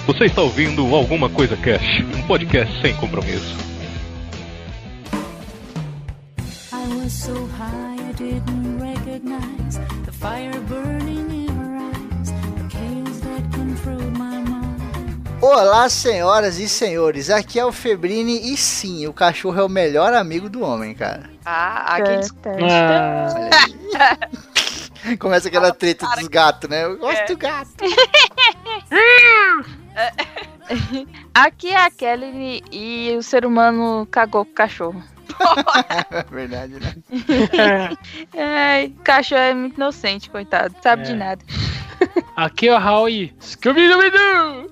Você está ouvindo Alguma Coisa Cash, um podcast sem compromisso. I was so high I didn't recognize the fire burning in her eyes, the chaos that controlled my mind. Olá, senhoras e senhores, aqui é o Febrini e sim, o cachorro é o melhor amigo do homem, cara. Aqui Olha aí. Começa aquela treta dos gatos, né? Eu gosto do gato. Aqui é a Kelly e o ser humano cagou com o cachorro. É verdade, né? Ai, o cachorro é muito inocente, coitado, sabe de nada. Aqui é o Raul e Scooby-Doo!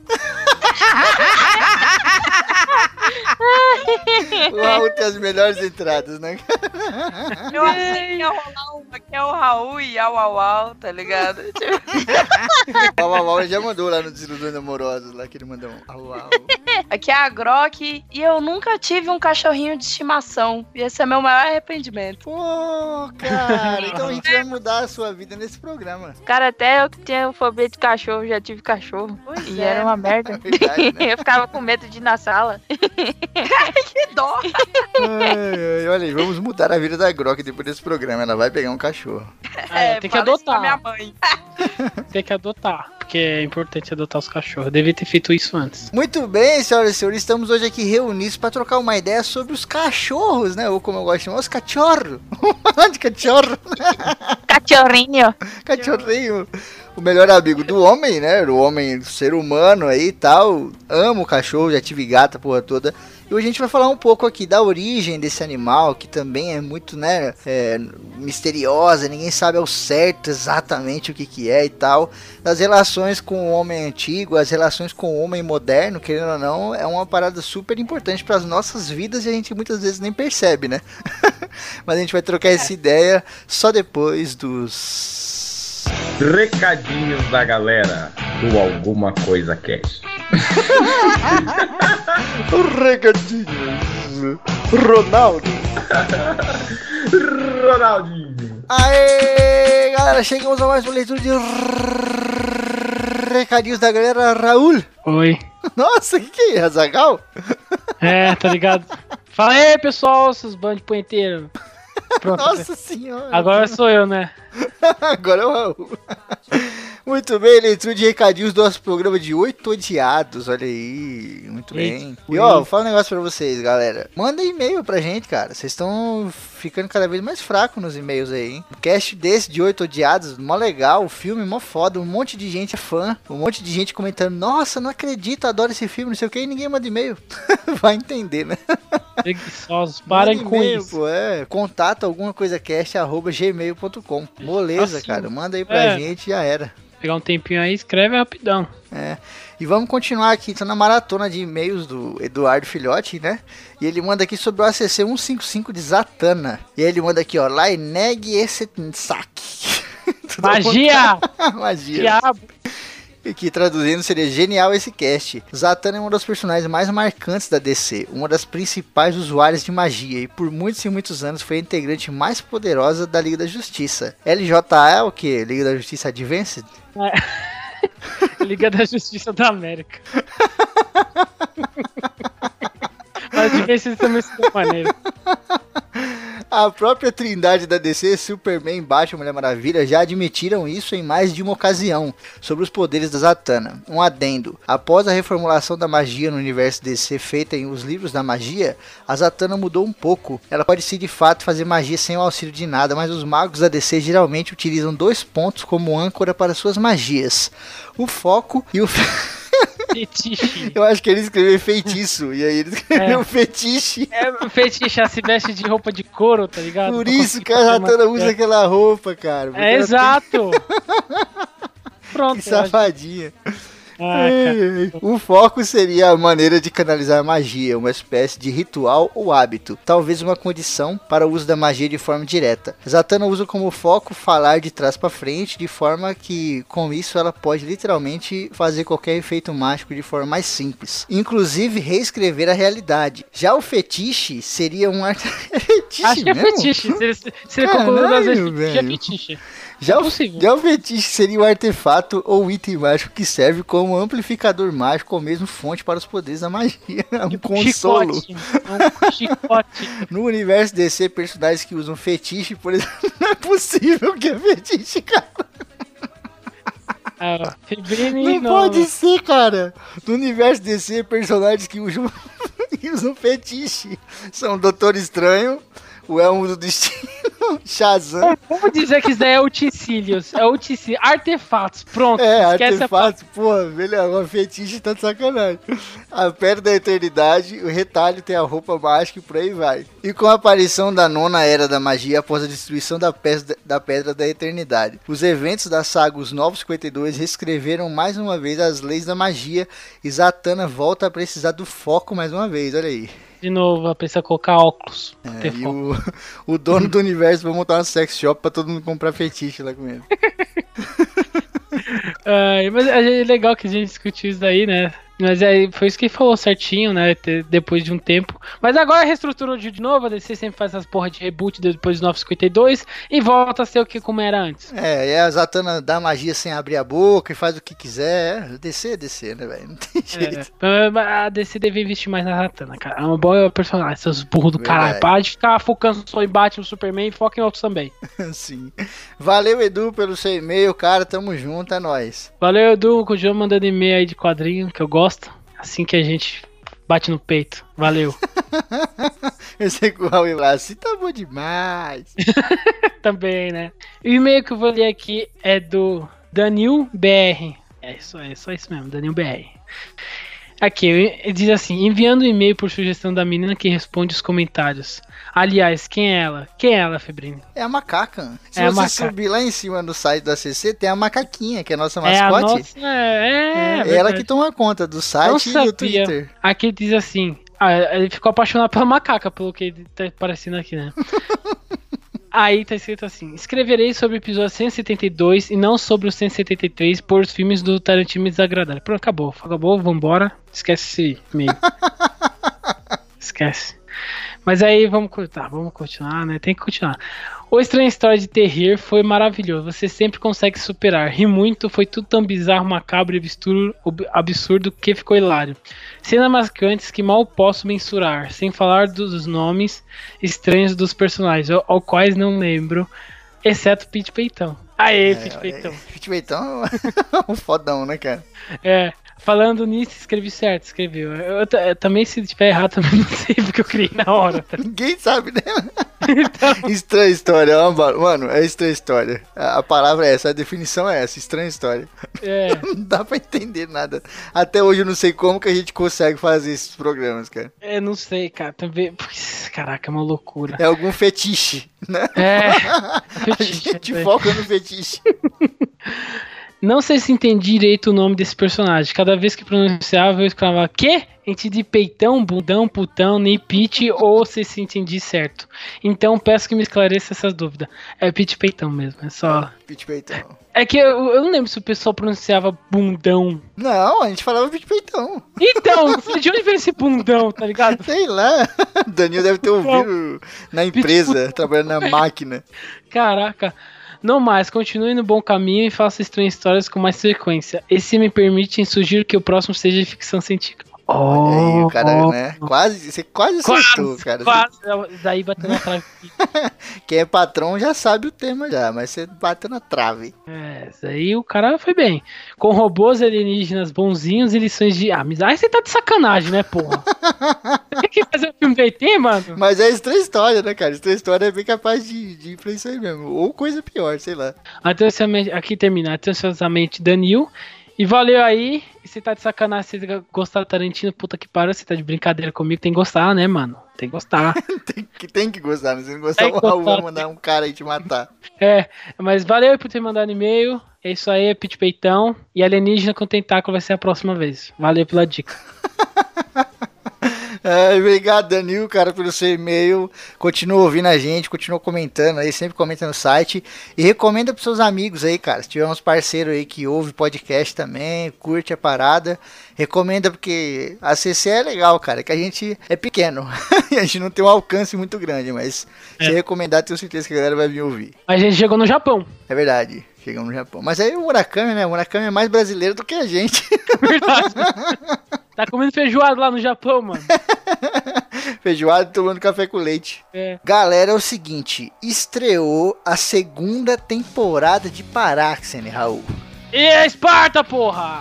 O Raul tem as melhores entradas, né? Eu achei que ia rolar uma que é o Raul e au au au, tá ligado? O Au ele já mandou lá no Desilusões Amorosas, lá que ele mandou um au au. Aqui é a Grok e eu nunca tive um cachorrinho de estimação. E esse é meu maior arrependimento. Pô, cara, então a gente vai mudar a sua vida nesse programa. Cara, até eu que tinha fobia de cachorro, já tive cachorro. E era uma merda. É verdade, né? Eu ficava com medo de ir na sala. Que dó! Ai, olha aí, vamos mudar a vida da Grok depois desse programa. Ela vai pegar um cachorro. Tem que adotar. Minha mãe. Tem que adotar, porque é importante adotar os cachorros. Eu devia ter feito isso antes. Muito bem, senhoras e senhores, estamos hoje aqui reunidos para trocar uma ideia sobre os cachorros, né? Ou como eu gosto de chamar, os cachorros. Vamos falar de cachorro. Cachorrinho. Cachorrinho. O melhor amigo do homem, né? O homem, o ser humano aí e tal. Amo o cachorro, já tive gata, porra toda. E hoje a gente vai falar um pouco aqui da origem desse animal, que também é muito, né, misteriosa, ninguém sabe ao certo exatamente o que é e tal. Das relações com o homem antigo, as relações com o homem moderno, querendo ou não, é uma parada super importante para as nossas vidas e a gente muitas vezes nem percebe, né? Mas a gente vai trocar essa ideia só depois dos... recadinhos da galera do Alguma Coisa Cash. Recadinhos Ronaldinho. Aê, galera, chegamos a mais uma leitura de recadinhos da galera. Raul. Oi. Nossa, que é, Azaghal? Tá ligado? Fala aí, pessoal, seus bandos de punheteiros. Pronto. Nossa senhora. Agora sou eu, né? Agora é o Raul. Muito bem, leitura de recadinhos do nosso programa de 8 odiados, olha aí, muito bem. E ó, vou falar um negócio pra vocês, galera. Manda e-mail pra gente, cara, vocês estão ficando cada vez mais fracos nos e-mails aí, hein? Um cast desse de 8 odiados, mó legal, o filme mó foda, um monte de gente é fã, um monte de gente comentando, nossa, não acredito, adoro esse filme, não sei o que, e ninguém manda e-mail. Vai entender, né? Preguiçosos, parem com isso. Pô, contato alguma coisa cast@gmail.com. Moleza, assim, cara, manda aí pra gente e já era. Pegar um tempinho aí, escreve rapidão. E vamos continuar aqui, tô na maratona de e-mails do Eduardo Filhote, né? E ele manda aqui sobre o ACC 155 de Zatanna. E aí ele manda aqui, ó, Laineg Essensak. Magia! Magia. Diabo! E que traduzindo seria genial esse cast. Zatanna é uma das personagens mais marcantes da DC, uma das principais usuárias de magia e por muitos e muitos anos foi a integrante mais poderosa da Liga da Justiça. LJA é o que? Liga da Justiça Advanced? Liga da Justiça da América. Mas Advanced também seria maneiro. A própria trindade da DC, Superman, Batman, Mulher Maravilha, já admitiram isso em mais de uma ocasião, sobre os poderes da Zatanna. Um adendo: após a reformulação da magia no universo DC feita em Os Livros da Magia, a Zatanna mudou um pouco. Ela pode sim de fato fazer magia sem o auxílio de nada, mas os magos da DC geralmente utilizam 2 pontos como âncora para suas magias: o foco e o... Fetiche. Eu acho que ele escreveu feitiço, e aí ele escreveu fetiche. Fetiche, ela se veste de roupa de couro, tá ligado? Por isso que a Zatanna usa aquela roupa, cara. Exato. Pronto. Que safadinha. Cara. O foco seria a maneira de canalizar magia, uma espécie de ritual ou hábito, talvez uma condição para o uso da magia de forma direta. Zatanna usa como foco falar de trás para frente, de forma que com isso ela pode literalmente fazer qualquer efeito mágico de forma mais simples, inclusive reescrever a realidade. Já o fetiche seria um fetiche. Acho que é mesmo? fetiche. Se ele concluiu das vezes, é fetiche. Já, É o, possível. já o fetiche seria o artefato ou item mágico que serve como amplificador mágico ou mesmo fonte para os poderes da magia. Um consolo. Chicote. Um chicote. No universo DC, personagens que usam fetiche, por exemplo, não é possível que é fetiche, cara. Ah, Febrini Não pode ser, cara. No universo DC, personagens que usam, que usam fetiche são Doutor Estranho, o Elmo do Destino, Shazam. Vamos dizer que isso daí é utensílios. É utensílios. Artefatos. Pronto. Esquece Artefato, porra, velho, uma fetiche tá de sacanagem. A Pedra da Eternidade, o retalho tem a roupa mágica e por aí vai. E com a aparição da nona era da magia após a destruição da Pedra da Eternidade. Os eventos da saga Os Novos 52 reescreveram mais uma vez as leis da magia e Zatanna volta a precisar do foco mais uma vez, olha aí. De novo, precisa colocar óculos. E o dono do universo vai montar uma sex shop pra todo mundo comprar fetiche lá com ele. Mas é legal que a gente discutiu isso daí, né? Mas foi isso que ele falou certinho, né? Depois de um tempo. Mas agora reestruturou de novo. A DC sempre faz essas porra de reboot depois do 952 e volta a ser o que como era antes. E a Zatanna dá magia sem abrir a boca e faz o que quiser. DC é DC, né, velho? Não tem jeito. A DC deve investir mais na Zatanna, cara. É uma boa personagem, seus burros do Verdade. caralho. Para de ficar focando só em Batman, Superman e foca em outros também. Sim. Valeu, Edu, pelo seu e-mail, cara. Tamo junto, é nóis. Valeu, Edu. Continua mandando e-mail aí de quadrinho, que eu gosto. Assim que a gente bate no peito. Valeu. Eu sei que o Raul lá assim tá bom demais. Também, né? E o e-mail que eu vou ler aqui é do Danil BR. É só isso mesmo, Danil BR. Aqui, ele diz assim: enviando um e-mail por sugestão da menina que responde os comentários. Aliás, quem é ela? Quem é ela, Febrini? É a macaca. Se É a você macaca. subir lá em cima do site da CC, tem a macaquinha, que é a nossa É a mascote. nossa. É ela verdade. que toma conta do Não site e do sabia. Twitter. Aqui ele diz assim: ele ficou apaixonado pela macaca, pelo que ele tá aparecendo aqui, né? Aí tá escrito assim: escreverei sobre o episódio 172 e não sobre o 173 por os filmes do Tarantino me desagradaram. Pronto, acabou, vambora. Esquece esse e-mail. Esquece. Mas aí vamos continuar, né? Tem que continuar. O Estranha História de Terrir foi maravilhoso. Você sempre consegue superar. Ri muito, foi tudo tão bizarro, macabro e absurdo que ficou hilário. Cenas marcantes que mal posso mensurar, sem falar dos nomes estranhos dos personagens, ao quais não lembro, exceto Pete Peitão. Aê, Pete Peitão. Pete Peitão é um fodão, né, cara? Falando nisso, escrevi certo, escreveu. Eu também, se tiver errado, também não sei, porque eu criei na hora. Ninguém sabe, né? Então... Estranha história, mano, é estranha história. A palavra é essa, a definição é essa, estranha história. Não dá pra entender nada. Até hoje eu não sei como que a gente consegue fazer esses programas, cara. Não sei, cara, também. Caraca, é uma loucura. É algum fetiche, né? Fetiche, a gente foca no fetiche. Não sei se entendi direito o nome desse personagem. Cada vez que pronunciava, eu escrevava quê? Entendi peitão, bundão, putão, nem pit, ou se entendi certo. Então peço que me esclareça essas dúvidas. É Pete Peitão mesmo, é só... Pete Peitão. É que eu não lembro se o pessoal pronunciava bundão. Não, a gente falava Pete Peitão. Então, de onde vem esse bundão, tá ligado? Sei lá. Danilo deve ter ouvido na empresa, trabalhando na máquina. Caraca. Não mais, continue no bom caminho e faça estranhas histórias com mais frequência. E se me permitem, sugiro que o próximo seja de ficção científica. Olha aí, o cara, né? Você quase acertou, cara. Quase, daí bateu na trave. Quem é patrão já sabe o tema já, mas você bateu na trave. Isso aí o cara foi bem. Com robôs alienígenas bonzinhos e lições de amizade. Aí você tá de sacanagem, né, porra? Tem que fazer um filme do ET, mano? Mas é estranha história, né, cara? Estranha história é bem capaz de influenciar aí mesmo. Ou coisa pior, sei lá. Aqui termina. Atenciosamente, Danil. E valeu aí. E você tá de sacanagem, você gostar do Tarantino, puta que pariu, você tá de brincadeira comigo, tem que gostar, né, mano? Tem que gostar. tem que gostar, né? Se não gostar, o Raul vai mandar um cara aí te matar. Mas valeu aí por ter mandado e-mail. É isso aí, é Pete Peitão. E alienígena com tentáculo vai ser a próxima vez. Valeu pela dica. Obrigado, Danil, cara, pelo seu e-mail. Continua ouvindo a gente, continua comentando aí, sempre comenta no site. E recomenda pros seus amigos aí, cara. Se tiver uns parceiros aí que ouve podcast também, curte a parada, recomenda porque a CC é legal, cara, que a gente é pequeno. E a gente não tem um alcance muito grande, mas se recomendar, tenho certeza que a galera vai vir ouvir. A gente chegou no Japão. É verdade. Chegamos no Japão. Mas aí o Murakami, né? O Murakami é mais brasileiro do que a gente. Verdade. Tá comendo feijoada lá no Japão, mano. Feijoada e tomando café com leite. É. Galera, é o seguinte. Estreou a segunda temporada de Paráxene, Raul. E é Esparta, porra!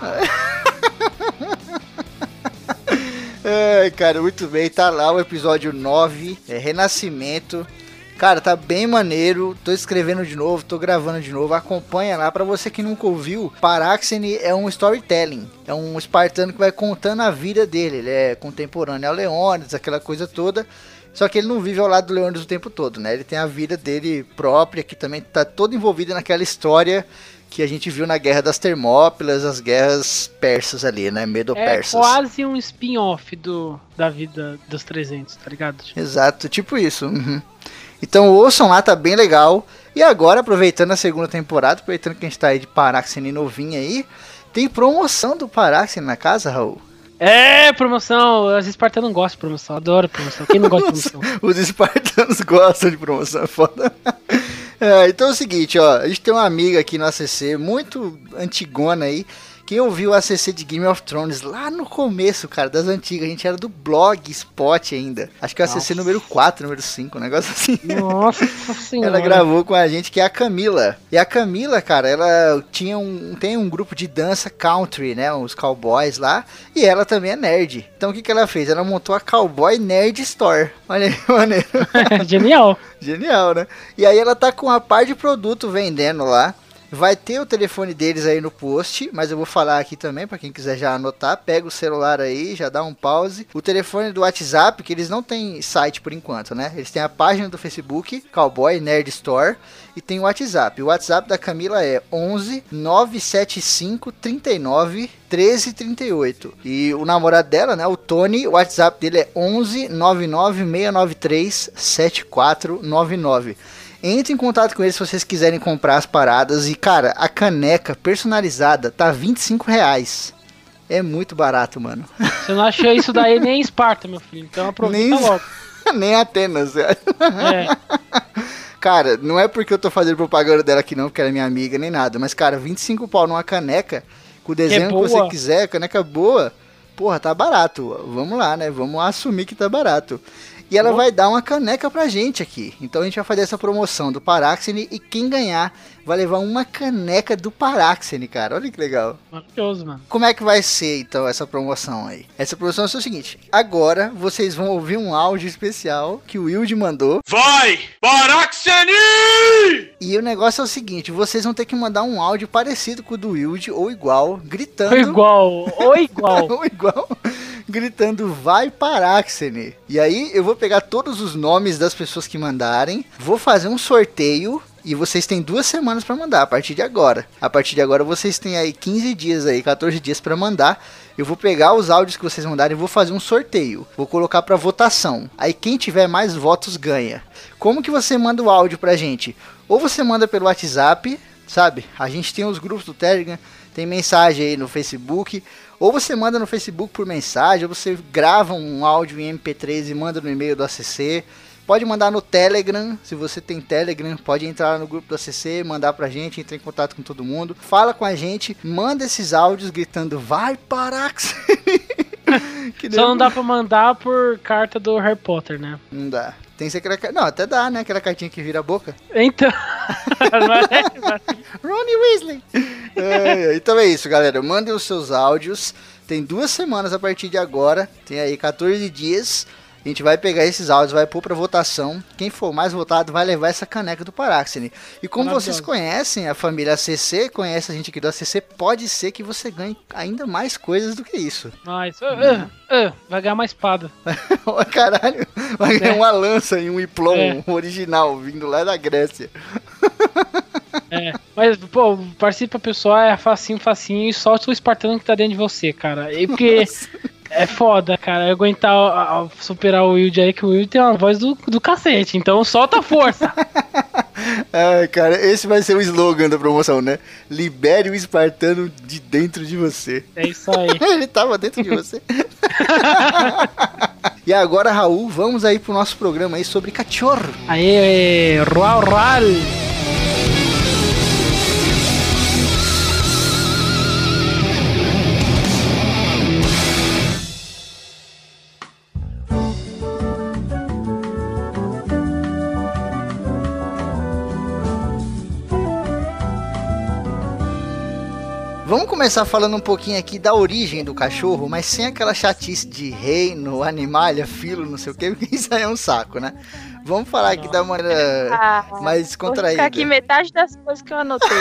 Ai, cara, muito bem. Tá lá o episódio 9. Renascimento. Cara, tá bem maneiro, tô escrevendo de novo, tô gravando de novo, acompanha lá. Pra você que nunca ouviu, Paráxene é um storytelling, é um espartano que vai contando a vida dele, ele é contemporâneo ao Leônidas, aquela coisa toda, só que ele não vive ao lado do Leônidas o tempo todo, né? Ele tem a vida dele própria, que também tá toda envolvida naquela história que a gente viu na Guerra das Termópilas, as guerras persas ali, né? Medo-persas. É quase um spin-off da vida dos 300, tá ligado? Exato, tipo isso, Então ouçam lá, tá bem legal. E agora, aproveitando a segunda temporada, aproveitando que a gente tá aí de Paráxene novinha aí, tem promoção do Paráxene na casa, Raul? É, promoção. Os espartanos gostam de promoção, adoro promoção. Quem não gosta de promoção? Os espartanos gostam de promoção, é foda. Então é o seguinte, ó, a gente tem uma amiga aqui no ACC, muito antigona aí. Quem ouviu o ACC de Game of Thrones lá no começo, cara, das antigas, a gente era do Blogspot ainda. Acho que é o ACC número 4, número 5, um negócio assim. Nossa senhora. Ela gravou com a gente, que é a Camila. E a Camila, cara, ela tem um grupo de dança country, né, os cowboys lá. E ela também é nerd. Então o que ela fez? Ela montou a Cowboy Nerd Store. Olha aí, maneiro. Genial. Genial, né? E aí ela tá com uma par de produto vendendo lá. Vai ter o telefone deles aí no post, mas eu vou falar aqui também para quem quiser já anotar. Pega o celular aí, já dá um pause. O telefone do WhatsApp, que eles não têm site por enquanto, né? Eles têm a página do Facebook, Cowboy Nerd Store, e tem o WhatsApp. O WhatsApp da Camila é 11 975 39 13 38. E o namorado dela, né, o Tony, o WhatsApp dele é 11 99 693 7499. Entre em contato com eles se vocês quiserem comprar as paradas. E, cara, a caneca personalizada tá R$25. É muito barato, mano. Você não achou isso daí nem em Esparta, meu filho. Então aproveita logo. Nem Atenas. É. Cara, não é porque eu tô fazendo propaganda dela aqui não, porque ela é minha amiga, nem nada. Mas, cara, 25 pau numa caneca, com o desenho que você quiser, caneca boa, porra, tá barato. Vamos lá, né? Vamos assumir que tá barato. E ela vai dar uma caneca pra gente aqui. Então a gente vai fazer essa promoção do Paráxene. E quem ganhar vai levar uma caneca do Paráxene, cara. Olha que legal. Maravilhoso, mano. Como é que vai ser, então, essa promoção aí? Essa promoção é o seguinte. Agora vocês vão ouvir um áudio especial que o Wilde mandou. Vai, Paráxene! E o negócio é o seguinte. Vocês vão ter que mandar um áudio parecido com o do Wilde, ou igual, gritando... Ou igual. Ou igual... gritando vai Paráxene. E aí eu vou pegar todos os nomes das pessoas que mandarem, vou fazer um sorteio e vocês têm 2 semanas pra mandar a partir de agora. A partir de agora vocês têm aí 15 dias aí, 14 dias pra mandar. Eu vou pegar os áudios que vocês mandarem e vou fazer um sorteio. Vou colocar pra votação. Aí quem tiver mais votos ganha. Como que você manda o áudio pra gente? Ou você manda pelo WhatsApp, sabe? A gente tem os grupos do Telegram, tem mensagem aí no Facebook. Ou você manda no Facebook por mensagem, ou você grava um áudio em MP3 e manda no e-mail do ACC. Pode mandar no Telegram, se você tem Telegram, pode entrar no grupo do ACC, mandar pra gente, entrar em contato com todo mundo. Fala com a gente, manda esses áudios gritando, vai Paráxene! Só não dá pra mandar por carta do Harry Potter, né? Não dá. Tem que ser aquela... Não, até dá, né? Aquela cartinha que vira a boca. Então... Ronnie Weasley! Então é isso, galera. Mandem os seus áudios. Tem 2 semanas a partir de agora. Tem aí 14 dias. A gente vai pegar esses áudios, vai pôr pra votação. Quem for mais votado vai levar essa caneca do Paráxene. E como vocês conhecem a família ACC, conhece a gente aqui do ACC, pode ser que você ganhe ainda mais coisas do que isso. Mas, vai ganhar uma espada. Caralho, vai ganhar uma lança e um Iplon original, vindo lá da Grécia. Mas, pô, participa pessoal, é facinho, e solta o espartano que tá dentro de você, cara. E porque... É foda, cara. Aguentar superar o Wilde aí, que o Wilde tem uma voz do cacete. Então solta a força. Ai, cara, esse vai ser o slogan da promoção, né? Libere o espartano de dentro de você. É isso aí. Ele tava dentro de você. E agora, Raul, vamos aí pro nosso programa aí sobre cachorro. Aê, rual. Vamos começar falando um pouquinho aqui da origem do cachorro, mas sem aquela chatice de reino, animalha, filo, não sei o que, porque isso aí é um saco, né? Vamos falar aqui da maneira mais descontraída. Vou ficar aqui metade das coisas que eu anotei.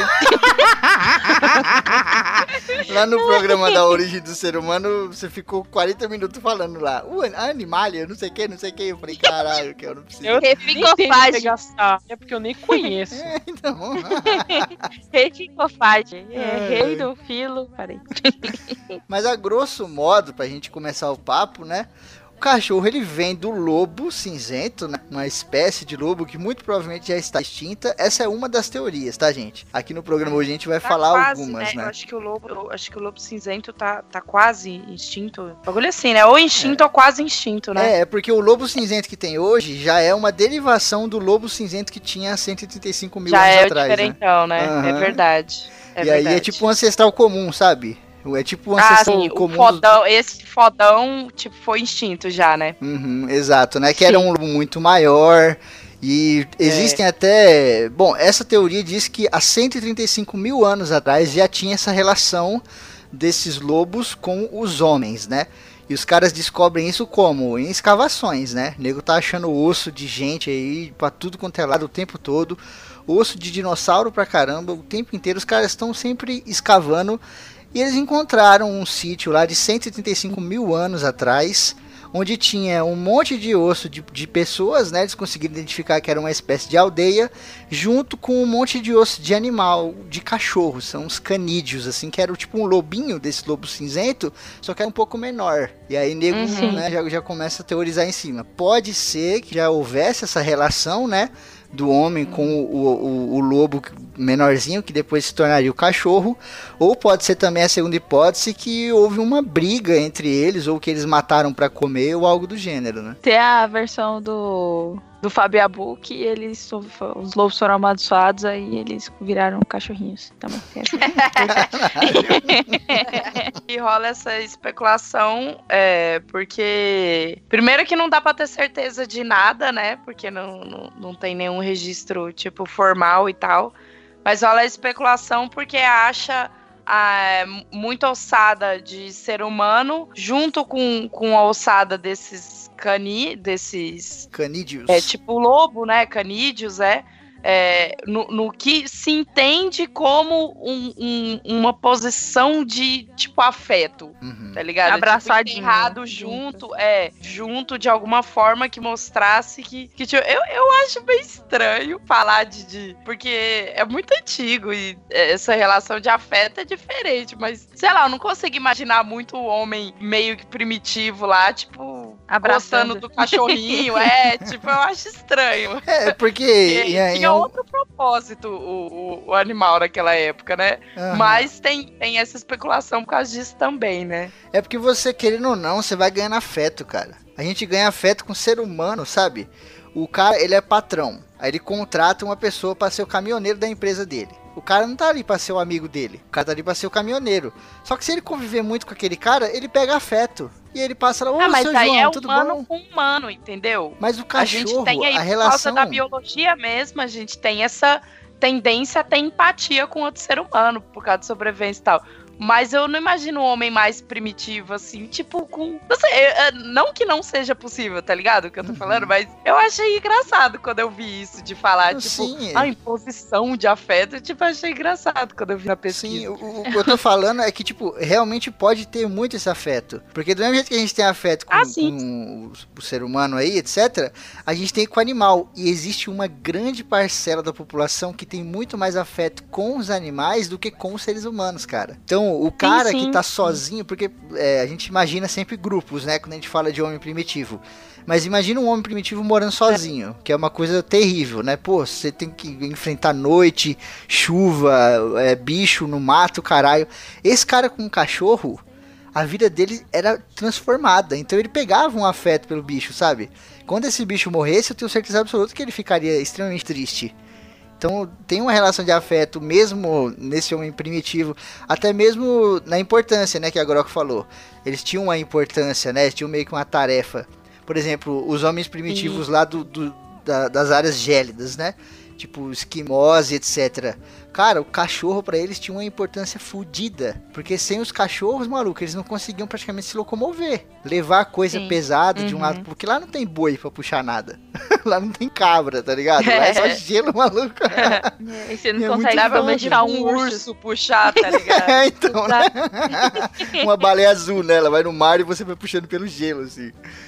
Lá no programa da origem do ser humano, você ficou 40 minutos falando lá. Animalha, não sei o que. Eu falei, caralho, que eu não preciso. Eu Reficofage. É porque eu nem conheço. Então. Reficofage. Rei do filo. Parei. Mas a grosso modo, pra gente começar o papo, né? O cachorro, ele vem do lobo cinzento, né? Uma espécie de lobo que muito provavelmente já está extinta. Essa é uma das teorias, tá, gente? Aqui no programa hoje a gente vai falar quase, algumas, né? Eu acho que o lobo cinzento tá quase extinto. Bagulho assim, né? Ou extinto ou quase extinto, né? É, porque o lobo cinzento que tem hoje já é uma derivação do lobo cinzento que tinha 135 mil Já anos é atrás, diferentão, né? Aham. É verdade. E aí é tipo um ancestral comum, sabe? É tipo um ancestral sim, comum. o fodão, esse fodão, tipo, foi extinto já, né? Uhum, exato, né? Que era um lobo muito maior. E existem até... Bom, essa teoria diz que há 135 mil anos atrás já tinha essa relação desses lobos com os homens, né? E os caras descobrem isso como? Em escavações, né? O nego tá achando osso de gente aí pra tudo quanto é lado o tempo todo. Osso de dinossauro pra caramba, o tempo inteiro. Os caras estão sempre escavando. E eles encontraram um sítio lá de 135 mil anos atrás, onde tinha um monte de osso de pessoas, né? Eles conseguiram identificar que era uma espécie de aldeia, junto com um monte de osso de animal, de cachorro. São os canídeos, assim, que era tipo um lobinho desse lobo cinzento, só que era um pouco menor. E aí nego, né, já começa a teorizar em cima. Pode ser que já houvesse essa relação, né? Do homem com o lobo menorzinho, que depois se tornaria o cachorro, ou pode ser também a segunda hipótese, que houve uma briga entre eles, ou que eles mataram pra comer, ou algo do gênero, né? Tem a versão do Fabiabu, que os lobos foram amaldiçoados, aí eles viraram cachorrinhos também. E rola essa especulação, porque primeiro que não dá pra ter certeza de nada, né? Porque não tem nenhum registro, tipo, formal e tal. Mas rola a especulação porque acha muita ossada de ser humano junto com a ossada desses canídeos. Tipo lobo, né? Canídeos, no que se entende como uma posição de, tipo, afeto, tá ligado? Abraçadinho. Tipo, enterrado junto de alguma forma que mostrasse que tipo, eu acho bem estranho falar porque é muito antigo e essa relação de afeto é diferente, mas, sei lá, eu não consigo imaginar muito o homem meio que primitivo lá, tipo, abraçando gostando do cachorrinho, tipo, eu acho estranho. Porque... Tinha outro propósito o animal naquela época, né? Uhum. Mas tem essa especulação por causa disso também, né? É porque você, querendo ou não, você vai ganhando afeto, cara. A gente ganha afeto com o ser humano, sabe? O cara, ele é patrão. Aí ele contrata uma pessoa pra ser o caminhoneiro da empresa dele. O cara não tá ali pra ser o amigo dele. O cara tá ali pra ser o caminhoneiro. Só que se ele conviver muito com aquele cara, ele pega afeto. E ele passa lá, ô, mas seu aí João, é tudo humano bom? com humano, entendeu? Mas o cachorro, a gente tem aí, a por relação... causa da biologia mesmo, a gente tem essa tendência a ter empatia com outro ser humano, por causa de sobrevivência e tal. Mas eu não imagino um homem mais primitivo, assim, tipo, com... Não sei, não que não seja possível, tá ligado? O que eu tô falando, mas eu achei engraçado quando eu vi isso, de falar, tipo, Sim. a imposição de afeto. Tipo, achei engraçado quando eu vi na pesquisa. Sim, o que eu tô falando é que, tipo, realmente pode ter muito esse afeto. Porque do mesmo jeito que a gente tem afeto com o ser humano aí, etc., a gente tem com o animal. E existe uma grande parcela da população que tem muito mais afeto com os animais do que com os seres humanos, cara. Então, Então, o cara sim, que tá sozinho, porque a gente imagina sempre grupos, né, quando a gente fala de homem primitivo. Mas imagina um homem primitivo morando sozinho, que é uma coisa terrível, né? Pô, você tem que enfrentar noite, chuva, bicho no mato, caralho. Esse cara com um cachorro, a vida dele era transformada. Então ele pegava um afeto pelo bicho, sabe? Quando esse bicho morresse, eu tenho certeza absoluta que ele ficaria extremamente triste. Então tem uma relação de afeto mesmo nesse homem primitivo, até mesmo na importância, né, que a Grok falou. Eles tinham uma importância, né? Eles tinham meio que uma tarefa. Por exemplo, os homens primitivos lá das áreas gélidas, né? Tipo esquimós e etc. Cara, o cachorro pra eles tinha uma importância fodida. Porque sem os cachorros, maluco, eles não conseguiam praticamente se locomover. Levar coisa pesada de um lado. Porque lá não tem boi pra puxar nada. Lá não tem cabra, tá ligado? Lá é só gelo, maluco. E você não consegue domesticar um urso puxar, tá ligado? Então, né? Uma baleia azul, né? Ela vai no mar e você vai puxando pelo gelo, assim.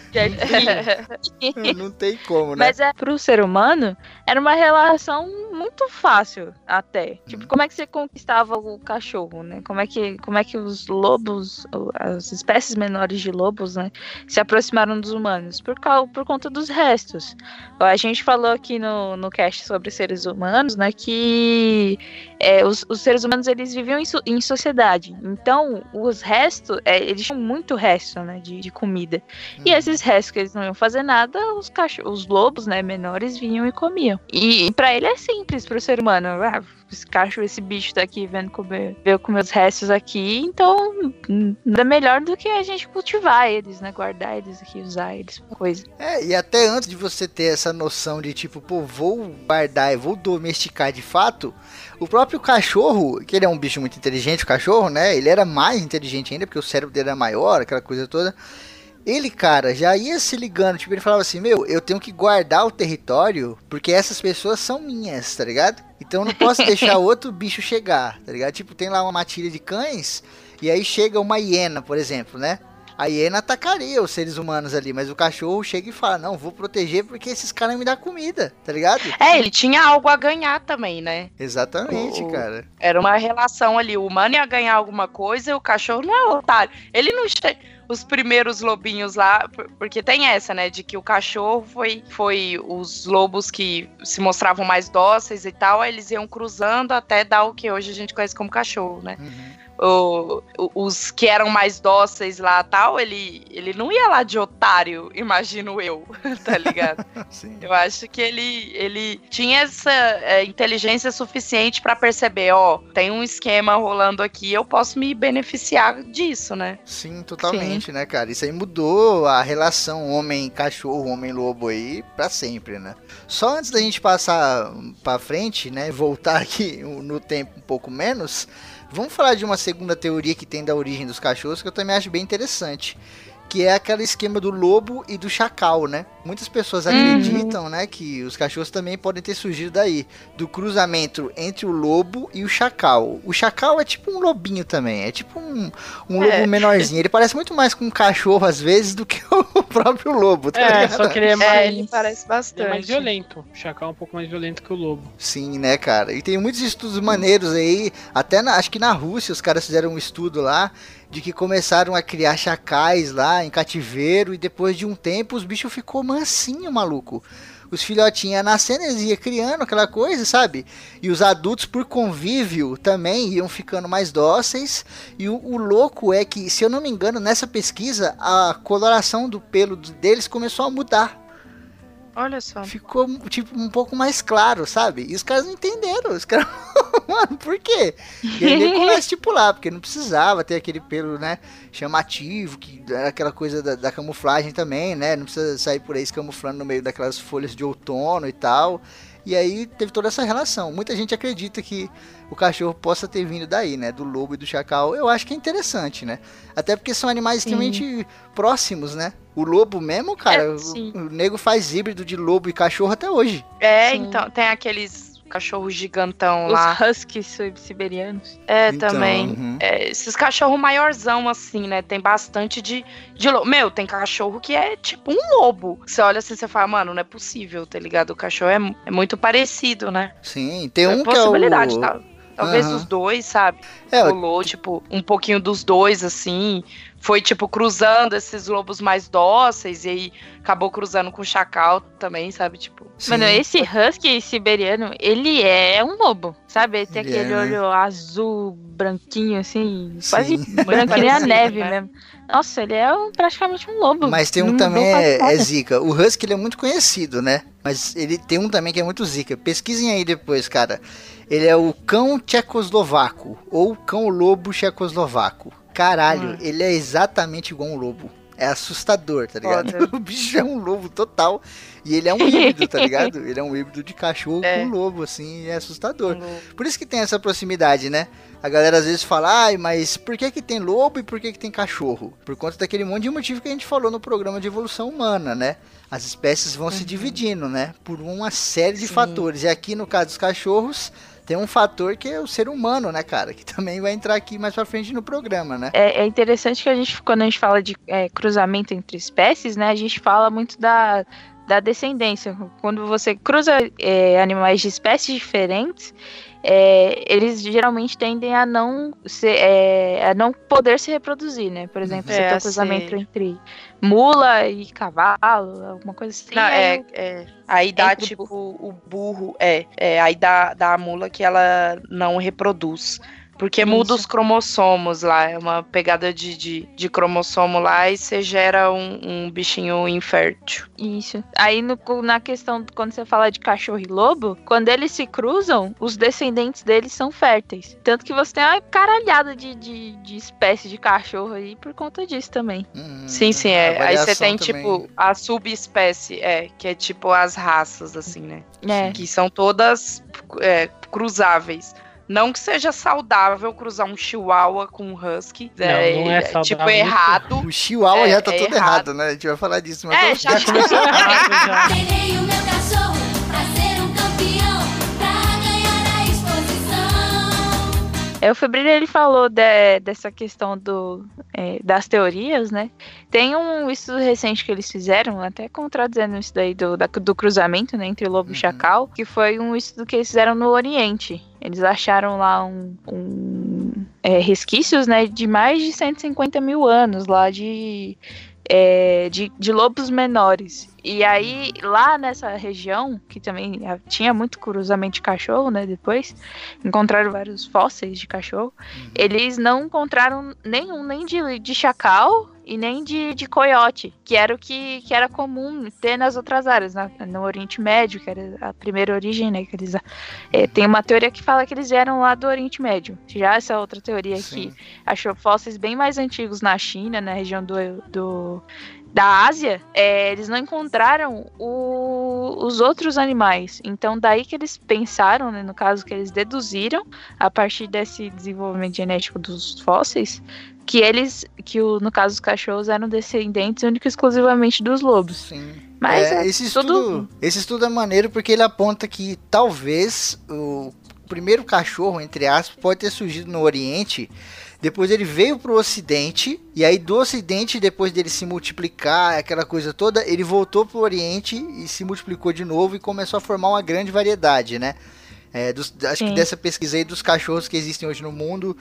Não tem como, né? Mas pro ser humano, era uma relação muito fácil, até. Tipo, como é que você conquistava o cachorro, né? Como é que os lobos, as espécies menores de lobos, né, se aproximaram dos humanos? Por conta dos restos. A gente falou aqui no cast sobre seres humanos, né, que os seres humanos, eles viviam em sociedade. Então, os restos, eles tinham muito resto, né, de comida. E esses restos que eles não iam fazer nada, os lobos, né, menores vinham e comiam. E pra ele é simples, pro ser humano. Esse bicho tá aqui veio comer os restos aqui, então nada melhor do que a gente cultivar eles, né, guardar eles aqui, usar eles pra coisa. E até antes de você ter essa noção de tipo, pô, vou guardar e vou domesticar de fato, o próprio cachorro, que ele é um bicho muito inteligente, o cachorro, né, ele era mais inteligente ainda, porque o cérebro dele era maior, aquela coisa toda. Ele, cara, já ia se ligando, tipo, ele falava assim, eu tenho que guardar o território, porque essas pessoas são minhas, tá ligado? Então eu não posso deixar outro bicho chegar, tá ligado? Tipo, tem lá uma matilha de cães, e aí chega uma hiena, por exemplo, né? A hiena atacaria os seres humanos ali, mas o cachorro chega e fala, não, vou proteger porque esses caras me dão comida, tá ligado? Ele tinha algo a ganhar também, né? Exatamente, cara. Era uma relação ali, o humano ia ganhar alguma coisa e o cachorro não é otário. Ele não chega... Os primeiros lobinhos lá, porque tem essa, né, de que o cachorro foi os lobos que se mostravam mais dóceis e tal, aí eles iam cruzando até dar o que hoje a gente conhece como cachorro, né? Os que eram mais dóceis lá tal, ele não ia lá de otário, imagino eu, tá ligado? Sim. Eu acho que ele tinha essa inteligência suficiente pra perceber, tem um esquema rolando aqui, eu posso me beneficiar disso, né? Sim, totalmente, né, cara? Isso aí mudou a relação homem-cachorro, homem-lobo aí pra sempre, né? Só antes da gente passar pra frente, né, voltar aqui no tempo um pouco menos, vamos falar de uma segunda teoria que tem da origem dos cachorros, que eu também acho bem interessante, que é aquele esquema do lobo e do chacal, né? Muitas pessoas acreditam, né, que os cachorros também podem ter surgido daí, do cruzamento entre o lobo e o chacal. O chacal é tipo um lobinho também, é tipo um lobo menorzinho. Ele parece muito mais com um cachorro às vezes do que o próprio lobo, tá ligado? Só que ele é mais... ele parece bastante. Ele é mais violento. O chacal é um pouco mais violento que o lobo. Sim, né, cara? E tem muitos estudos maneiros aí, até acho que na Rússia os caras fizeram um estudo lá, de que começaram a criar chacais lá em cativeiro e depois de um tempo os bichos ficou mansinho, maluco. Os filhotinhos nascendo, eles iam criando aquela coisa, sabe? E os adultos, por convívio, também iam ficando mais dóceis. E o louco é que, se eu não me engano, nessa pesquisa, a coloração do pelo deles começou a mudar. Olha só. Ficou, tipo, um pouco mais claro, sabe? E os caras não entenderam. Os caras, mano, por quê? E aí ele começa a estipular, porque não precisava ter aquele pelo, né, chamativo, que era aquela coisa da camuflagem também, né? Não precisa sair por aí se camuflando no meio daquelas folhas de outono e tal. E aí teve toda essa relação. Muita gente acredita que o cachorro possa ter vindo daí, né? Do lobo e do chacal. Eu acho que é interessante, né? Até porque são animais extremamente próximos, né? O lobo mesmo, cara, o nego faz híbrido de lobo e cachorro até hoje. Então, tem aqueles cachorros gigantão lá. Os huskies siberianos. Então, também. Esses cachorros maiorzão, assim, né? Tem bastante de lobo. Meu, tem cachorro que é tipo um lobo. Você olha assim, você fala, mano, não é possível, tá ligado? O cachorro é muito parecido, né? Sim, tem um que é possibilidade, tá? Talvez os dois, sabe? Rolou, tipo, um pouquinho dos dois, assim. Foi, tipo, cruzando esses lobos mais dóceis. E aí acabou cruzando com o chacal também, sabe? Tipo. Mano, esse husky siberiano, ele é um lobo, sabe? Ele tem aquele olho azul, branquinho, assim. Quase branco, que nem a neve mesmo. Nossa, ele é praticamente um lobo. Mas tem um também, é zica. O husky, ele é muito conhecido, né? Mas ele tem um também que é muito zica. Pesquisem aí depois, cara. Ele é o cão tchecoslovaco, ou cão-lobo tchecoslovaco. Caralho, ele é exatamente igual um lobo. É assustador, tá ligado? O bicho é um lobo total. E ele é um híbrido, tá ligado? Ele é um híbrido de cachorro com lobo, assim, é assustador. Por isso que tem essa proximidade, né? A galera às vezes fala, mas por que tem lobo e por que tem cachorro? Por conta daquele monte de motivo que a gente falou no programa de evolução humana, né? As espécies vão se dividindo, né? Por uma série de fatores. E aqui, no caso dos cachorros, tem um fator que é o ser humano, né, cara? Que também vai entrar aqui mais pra frente no programa, né? É interessante que quando a gente fala de cruzamento entre espécies, né? A gente fala muito da descendência. Quando você cruza animais de espécies diferentes, eles geralmente tendem a não poder se reproduzir, né? Por exemplo, você tem um cruzamento entre mula e cavalo, alguma coisa assim. Não, aí dá tipo o burro, aí dá a mula que ela não reproduz. Porque muda os cromossomos lá, é uma pegada de cromossomo lá e você gera um bichinho infértil. Isso. Aí na questão, quando você fala de cachorro e lobo, quando eles se cruzam, os descendentes deles são férteis. Tanto que você tem uma caralhada de espécie de cachorro aí por conta disso também. Sim, aí você tem também, tipo, a subespécie, que é tipo as raças, assim, né? Que são todas cruzáveis. Não que seja saudável cruzar um chihuahua com um husky. Não é saudável. Tipo, errado. O chihuahua já tá todo errado, né? A gente vai falar disso. Mas já começou errado já. Treinei o meu cachorro pra ser um campeão, pra ganhar a exposição. O Febril, ele falou dessa questão das teorias, né? Tem um estudo recente que eles fizeram, até contradizendo isso daí do cruzamento, né, entre lobo e chacal, que foi um estudo que eles fizeram no Oriente. Eles acharam lá resquícios, né, de mais de 150 mil anos lá de lobos menores. E aí, lá nessa região, que também tinha muito cruzamento de cachorro, né, depois, encontraram vários fósseis de cachorro, eles não encontraram nenhum, nem de chacal e nem de coiote, que era o que era comum ter nas outras áreas, no Oriente Médio, que era a primeira origem, né, que eles, tem uma teoria que fala que eles vieram lá do Oriente Médio. Já essa outra teoria que achou fósseis bem mais antigos na China, na região da Ásia, eles não encontraram os outros animais. Então, daí que eles pensaram, né, no caso que eles deduziram, a partir desse desenvolvimento genético dos fósseis, no caso dos cachorros, eram descendentes única e exclusivamente dos lobos. Sim. Mas esse estudo é maneiro porque ele aponta que talvez o primeiro cachorro, entre aspas, pode ter surgido no Oriente. Depois ele veio pro Ocidente, e aí do Ocidente, depois dele se multiplicar, aquela coisa toda, ele voltou pro Oriente e se multiplicou de novo e começou a formar uma grande variedade, né? Acho que dessa pesquisa aí dos cachorros que existem hoje no mundo,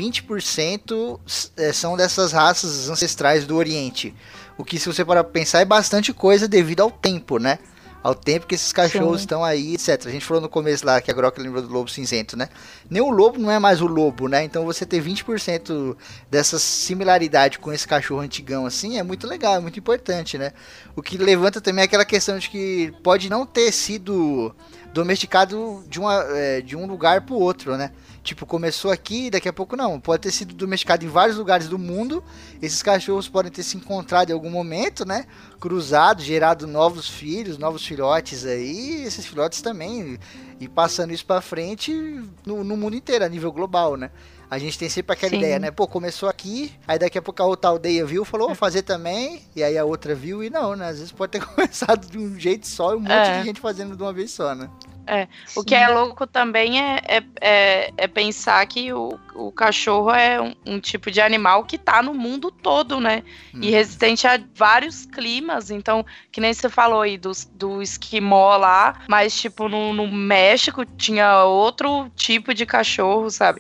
20% são dessas raças ancestrais do Oriente. O que, se você parar pra pensar, é bastante coisa devido ao tempo, né? Ao tempo que esses cachorros estão aí, etc. A gente falou no começo lá que a Groca lembrou do lobo cinzento, né? Nem o lobo não é mais o lobo, né? Então você ter 20% dessa similaridade com esse cachorro antigão assim é muito legal, é muito importante, né? O que levanta também é aquela questão de que pode não ter sido domesticado de um lugar pro outro, né? Tipo, começou aqui, daqui a pouco não. Pode ter sido domesticado em vários lugares do mundo. Esses cachorros podem ter se encontrado em algum momento, né? Cruzado, gerado novos filhos, novos filhotes aí. Esses filhotes também. E passando isso pra frente no mundo inteiro, a nível global, né? A gente tem sempre aquela ideia, né? Pô, começou aqui, aí daqui a pouco a outra aldeia viu, falou, vou fazer também. E aí a outra viu e não, né? Às vezes pode ter começado de um jeito só e um monte de gente fazendo de uma vez só, né? O que é louco também é pensar que o cachorro é um tipo de animal que tá no mundo todo, né? E resistente a vários climas. Então, que nem você falou aí do esquimó lá, mas tipo no México tinha outro tipo de cachorro, sabe?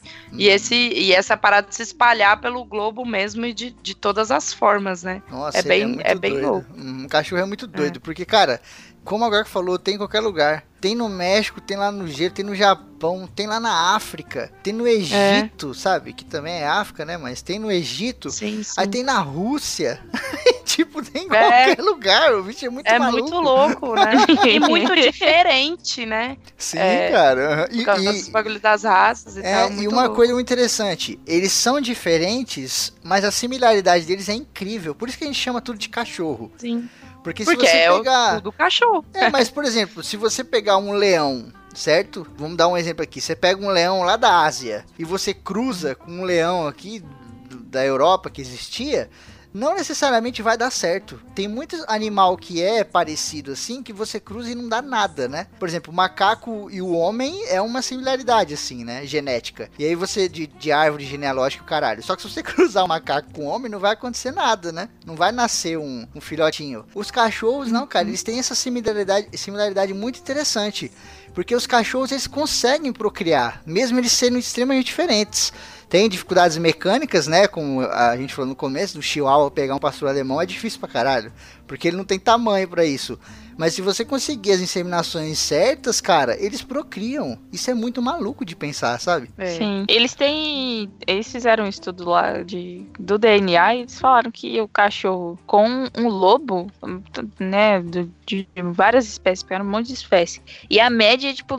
E essa parada de se espalhar pelo globo mesmo e de todas as formas, né? Nossa, é bem doido. louco. Um cachorro é muito doido, porque, cara, como agora que falou, tem em qualquer lugar. Tem no México, tem lá no Gelo, tem no Japão, tem lá na África, tem no Egito, sabe? Que também é África, né? Mas tem no Egito. Sim, sim. Aí tem na Rússia. Tipo, tem em qualquer lugar. O bicho é muito maluco. É muito louco, né? E muito diferente, né? Sim, cara. Por causa dos bagulho das raças e tal. E uma coisa muito interessante, eles são diferentes, mas a similaridade deles é incrível. Por isso que a gente chama tudo de cachorro. Sim. Porque se você pegar... do cachorro. Mas, por exemplo, se você pegar um leão, certo? Vamos dar um exemplo aqui. Você pega um leão lá da Ásia e você cruza com um leão aqui da Europa que existia, não necessariamente vai dar certo. Tem muito animal que é parecido assim, que você cruza e não dá nada, né? Por exemplo, o macaco e o homem é uma similaridade assim, né? Genética. E aí você, de árvore genealógica, o caralho. Só que se você cruzar o macaco com o homem, não vai acontecer nada, né? Não vai nascer um filhotinho. Os cachorros, não, cara, eles têm essa similaridade muito interessante. Porque os cachorros, eles conseguem procriar, mesmo eles sendo extremamente diferentes. Tem dificuldades mecânicas, né? Como a gente falou no começo, do Chihuahua pegar um pastor alemão é difícil pra caralho. Porque ele não tem tamanho pra isso. Mas se você conseguir as inseminações certas, cara, eles procriam. Isso é muito maluco de pensar, sabe? Sim. Eles fizeram um estudo lá do DNA e eles falaram que o cachorro com um lobo, né, de várias espécies, pegaram um monte de espécies. E a média é tipo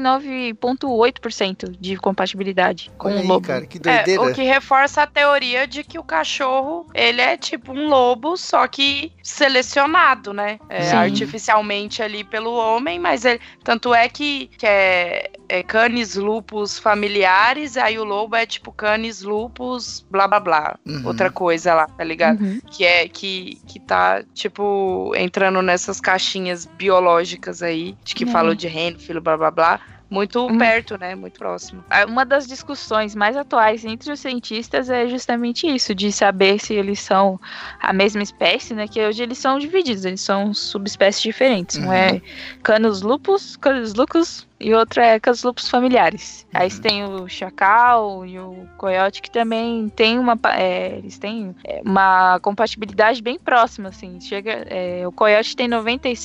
99,8% de compatibilidade com Olha o aí, lobo. cara, que doideira. O que reforça a teoria de que o cachorro, ele é tipo um lobo, só que selecionado, né? Artificialmente ali pelo homem, mas tanto é que é canis lupus familiares, aí o lobo é tipo canis lupus blá blá blá, outra coisa lá, tá ligado? Que tá tipo entrando nessas caixinhas biológicas aí, de que falam de reino, filho, blá blá blá. Muito perto, né? Muito próximo. Uma das discussões mais atuais entre os cientistas é justamente isso, de saber se eles são a mesma espécie, né? Que hoje eles são divididos, eles são subespécies diferentes. Um é Canis lupus e outro é Canis lupus familiares. Aí você tem o chacal e o coiote que também tem eles têm uma compatibilidade bem próxima, assim. O coiote tem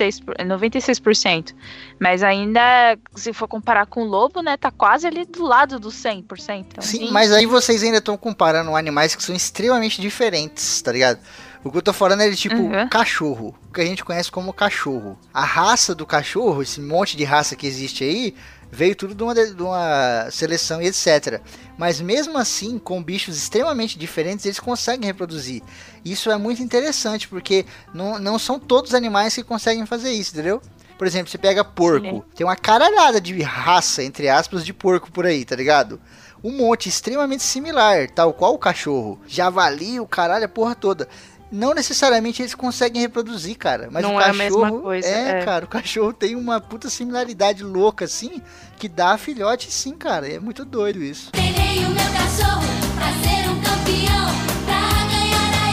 96%, mas ainda, se for comparar com o lobo, né, tá quase ali do lado dos 100%. Então, sim, mas aí vocês ainda estão comparando animais que são extremamente diferentes, tá ligado? O que eu tô falando é de tipo cachorro, o que a gente conhece como cachorro. A raça do cachorro, esse monte de raça que existe aí, veio tudo de uma seleção e etc. Mas mesmo assim, com bichos extremamente diferentes, eles conseguem reproduzir. Isso é muito interessante, porque não são todos os animais que conseguem fazer isso, entendeu? Por exemplo, você pega porco, tem uma caralhada de raça, entre aspas, de porco por aí, tá ligado? Um monte extremamente similar, tal qual o cachorro. Javali, o caralho, a porra toda. Não necessariamente eles conseguem reproduzir, cara. Mas não o cachorro, é a mesma coisa. Cara, o cachorro tem uma puta similaridade louca, assim, que dá filhote sim, cara. É muito doido isso. Treinei o meu cachorro pra ser um campeão, pra ganhar a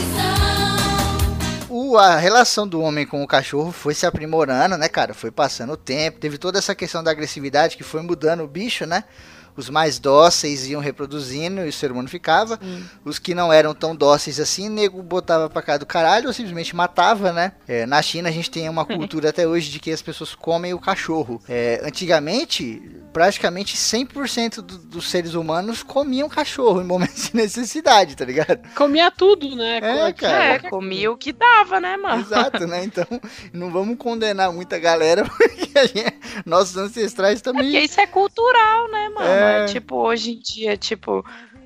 exposição. A relação do homem com o cachorro foi se aprimorando, né, cara? Foi passando o tempo. Teve toda essa questão da agressividade que foi mudando o bicho, né? Os mais dóceis iam reproduzindo e o ser humano ficava. Os que não eram tão dóceis assim, o nego botava pra cá do caralho ou simplesmente matava, né? Na China a gente tem uma cultura até hoje de que as pessoas comem o cachorro. Antigamente, praticamente 100% dos seres humanos comiam cachorro em momentos de necessidade, tá ligado? Comia tudo, né? Cara. Comia o que dava, né, mano? Exato, né? Então, não vamos condenar muita galera, porque nossos ancestrais também... Porque isso é cultural, né, mano? Tipo, hoje em dia, tipo...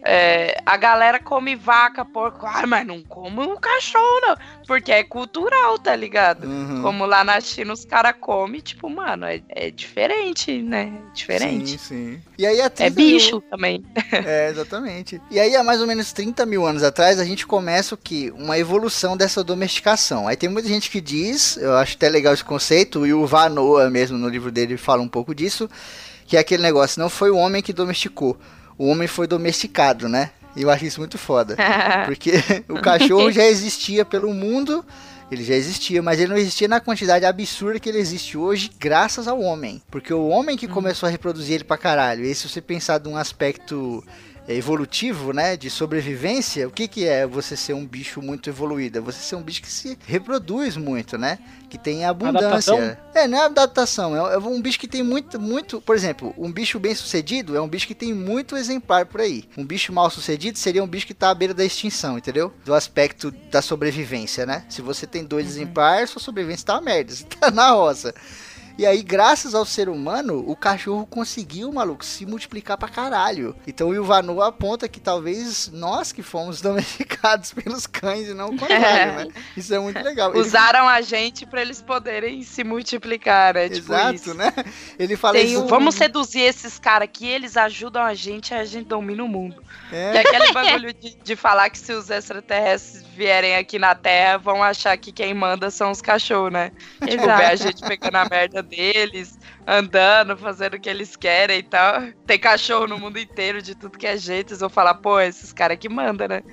a galera come vaca, porco, mas não come um cachorro, não. Porque é cultural, tá ligado? Como lá na China os caras comem, tipo, mano, é diferente, né? Diferente. Sim. E aí é bicho também. Exatamente. E aí, há mais ou menos 30 mil anos atrás, a gente começa o quê? Uma evolução dessa domesticação. Aí tem muita gente que diz, eu acho até legal esse conceito, e o Vanoa mesmo, no livro dele, fala um pouco disso, que é aquele negócio, não foi o homem que domesticou, o homem foi domesticado, né? E eu acho isso muito foda. Porque o cachorro já existia pelo mundo, ele já existia, mas ele não existia na quantidade absurda que ele existe hoje, graças ao homem. Porque o homem que começou a reproduzir ele pra caralho. E se você pensar de um aspecto evolutivo, né, de sobrevivência, o que é você ser um bicho muito evoluído? É você ser um bicho que se reproduz muito, né? Que tem abundância. Adaptação? Não é adaptação, é um bicho que tem muito, por exemplo, um bicho bem sucedido é um bicho que tem muito exemplar por aí. Um bicho mal sucedido seria um bicho que tá à beira da extinção, entendeu? Do aspecto da sobrevivência, né? Se você tem 2 exemplares, sua sobrevivência tá uma merda, você tá na roça. E aí, graças ao ser humano, o cachorro conseguiu, maluco, se multiplicar pra caralho. Então o Ivanu aponta que talvez nós que fomos domesticados pelos cães e não o contrário, né? Isso é muito legal. Usaram a gente pra eles poderem se multiplicar, né? Exato, tipo isso. Né? Ele fala isso. Vamos seduzir esses caras aqui, eles ajudam a gente domina o mundo. E aquele bagulho de falar que se os extraterrestres vierem aqui na Terra, vão achar que quem manda são os cachorros, né? Tipo, ver a gente pegando a merda deles, andando, fazendo o que eles querem e tal. Tem cachorro no mundo inteiro, de tudo que é jeito. Eles vão falar, pô, esses caras que mandam, né?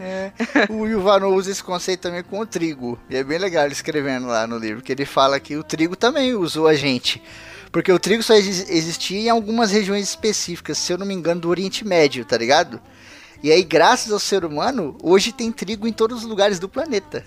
O Ivano usa esse conceito também com o trigo. E é bem legal ele escrevendo lá no livro, que ele fala que o trigo também usou a gente. Porque o trigo só existia em algumas regiões específicas, se eu não me engano, do Oriente Médio, tá ligado? E aí, graças ao ser humano, hoje tem trigo em todos os lugares do planeta.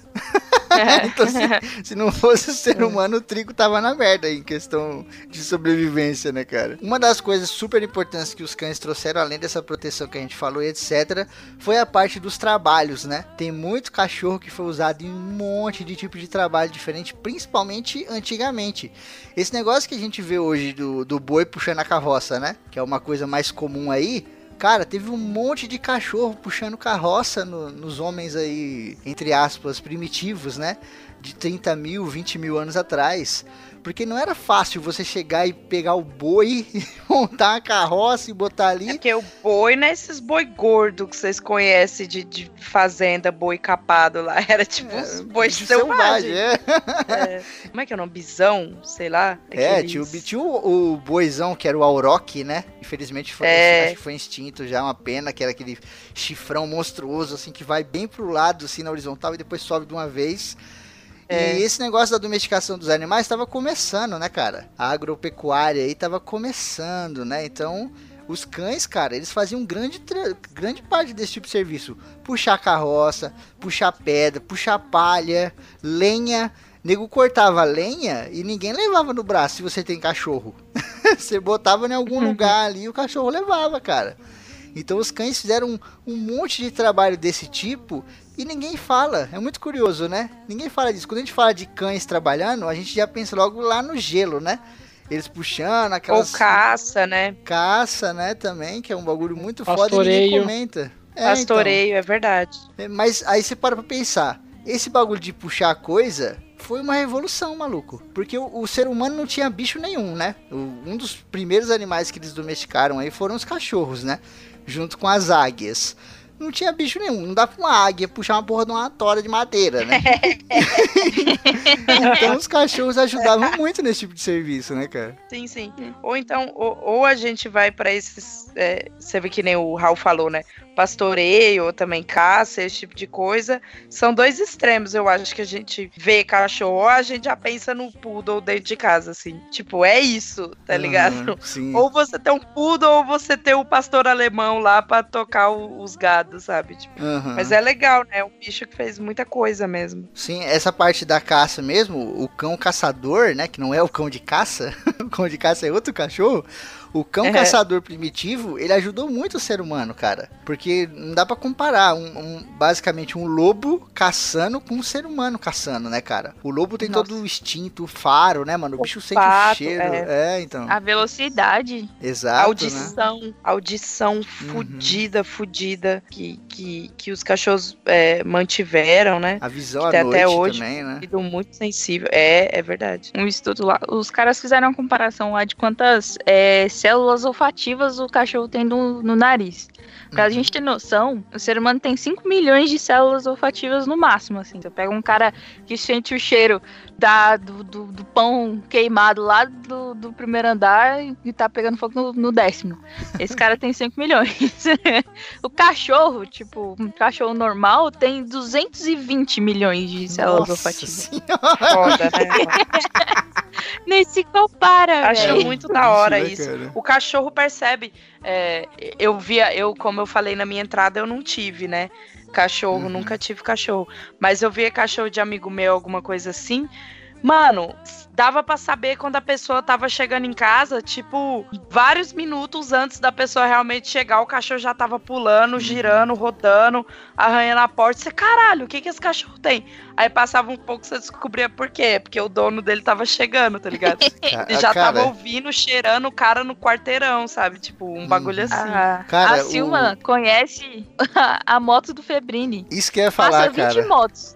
Então, se não fosse o ser humano, o trigo tava na merda em questão de sobrevivência, né, cara? Uma das coisas super importantes que os cães trouxeram, além dessa proteção que a gente falou e etc., foi a parte dos trabalhos, né? Tem muito cachorro que foi usado em um monte de tipo de trabalho diferente, principalmente antigamente. Esse negócio que a gente vê hoje do boi puxando a carroça, né? Que é uma coisa mais comum aí. Cara, teve um monte de cachorro puxando carroça nos homens aí, entre aspas, primitivos, né? De 30 mil, 20 mil anos atrás. Porque não era fácil você chegar e pegar o boi, montar a carroça e botar ali. É porque o boi não é esses boi gordo que vocês conhecem de fazenda, boi capado lá. Era tipo uns boi selvagens. Como é que é o nome? Bisão? Sei lá. Tinha o boizão que era o auroque, né? Infelizmente acho que foi extinto já, uma pena, que era aquele chifrão monstruoso, assim, que vai bem pro lado, assim, na horizontal e depois sobe de uma vez. E esse negócio da domesticação dos animais estava começando, né, cara? A agropecuária aí estava começando, né? Então, os cães, cara, eles faziam grande parte desse tipo de serviço. Puxar carroça, puxar pedra, puxar palha, lenha. Nego cortava lenha e ninguém levava no braço se você tem cachorro. Você botava em algum lugar ali e o cachorro levava, cara. Então os cães fizeram um monte de trabalho desse tipo e ninguém fala. É muito curioso, né? Ninguém fala disso. Quando a gente fala de cães trabalhando, a gente já pensa logo lá no gelo, né? Eles puxando aquelas... Ou caça, né? Caça, né, também, que é um bagulho muito foda e ninguém comenta. Pastoreio, então. É verdade. Mas aí você para pra pensar. Esse bagulho de puxar coisa foi uma revolução, maluco. Porque o ser humano não tinha bicho nenhum, né? Um dos primeiros animais que eles domesticaram aí foram os cachorros, né? Junto com as águias. Não tinha bicho nenhum. Não dá pra uma águia puxar uma porra de uma tora de madeira, né? Então os cachorros ajudavam muito nesse tipo de serviço, né, cara? Sim, sim. Ou então, ou a gente vai pra esses... você vê que nem o Raul falou, né? Pastoreio, ou também caça, esse tipo de coisa. São dois extremos, eu acho, que a gente vê cachorro, ou a gente já pensa no poodle dentro de casa, assim. Tipo, é isso, tá ligado? Sim. Ou você tem um poodle, ou você tem o pastor alemão lá pra tocar os gados, sabe? Tipo, mas é legal, né? É um bicho que fez muita coisa mesmo. Sim, essa parte da caça mesmo, o cão caçador, né? Que não é o cão de caça, o cão de caça é outro cachorro. O cão caçador primitivo, ele ajudou muito o ser humano, cara. Porque não dá pra comparar basicamente um lobo caçando com um ser humano caçando, né, cara? O lobo tem todo o instinto, o faro, né, mano? O bicho sente o cheiro. Então. A velocidade. Exato, audição fudida que os cachorros mantiveram, né? A visão à noite até hoje, também, né? Muito sensível. É verdade. Um estudo lá, os caras fizeram uma comparação lá de quantas células olfativas o cachorro tem no nariz. Pra gente ter noção, o ser humano tem 5 milhões de células olfativas no máximo, assim. Você pega um cara que sente o cheiro do pão queimado lá do primeiro andar e tá pegando fogo no 10º. Esse cara tem 5 milhões. O cachorro, tipo, um cachorro normal tem 220 milhões de células olfativas. Foda, né? Nem se compara, Acho velho. muito da hora isso. Cara. O cachorro percebe. Como eu falei na minha entrada, eu não tive, né? Cachorro, nunca tive cachorro. Mas eu via cachorro de amigo meu, alguma coisa assim. Mano, dava pra saber quando a pessoa tava chegando em casa, tipo, vários minutos antes da pessoa realmente chegar, o cachorro já tava pulando, girando, rodando, arranhando a porta. Você, caralho, o que esse cachorro tem? Aí passava um pouco, você descobria por quê. Porque o dono dele tava chegando, tá ligado? Ele já tava ouvindo, cheirando o cara no quarteirão, sabe? Tipo, um bagulho assim. Cara, a Silma conhece a moto do Febrini. Isso que eu ia falar, Passa 20 cara. motos.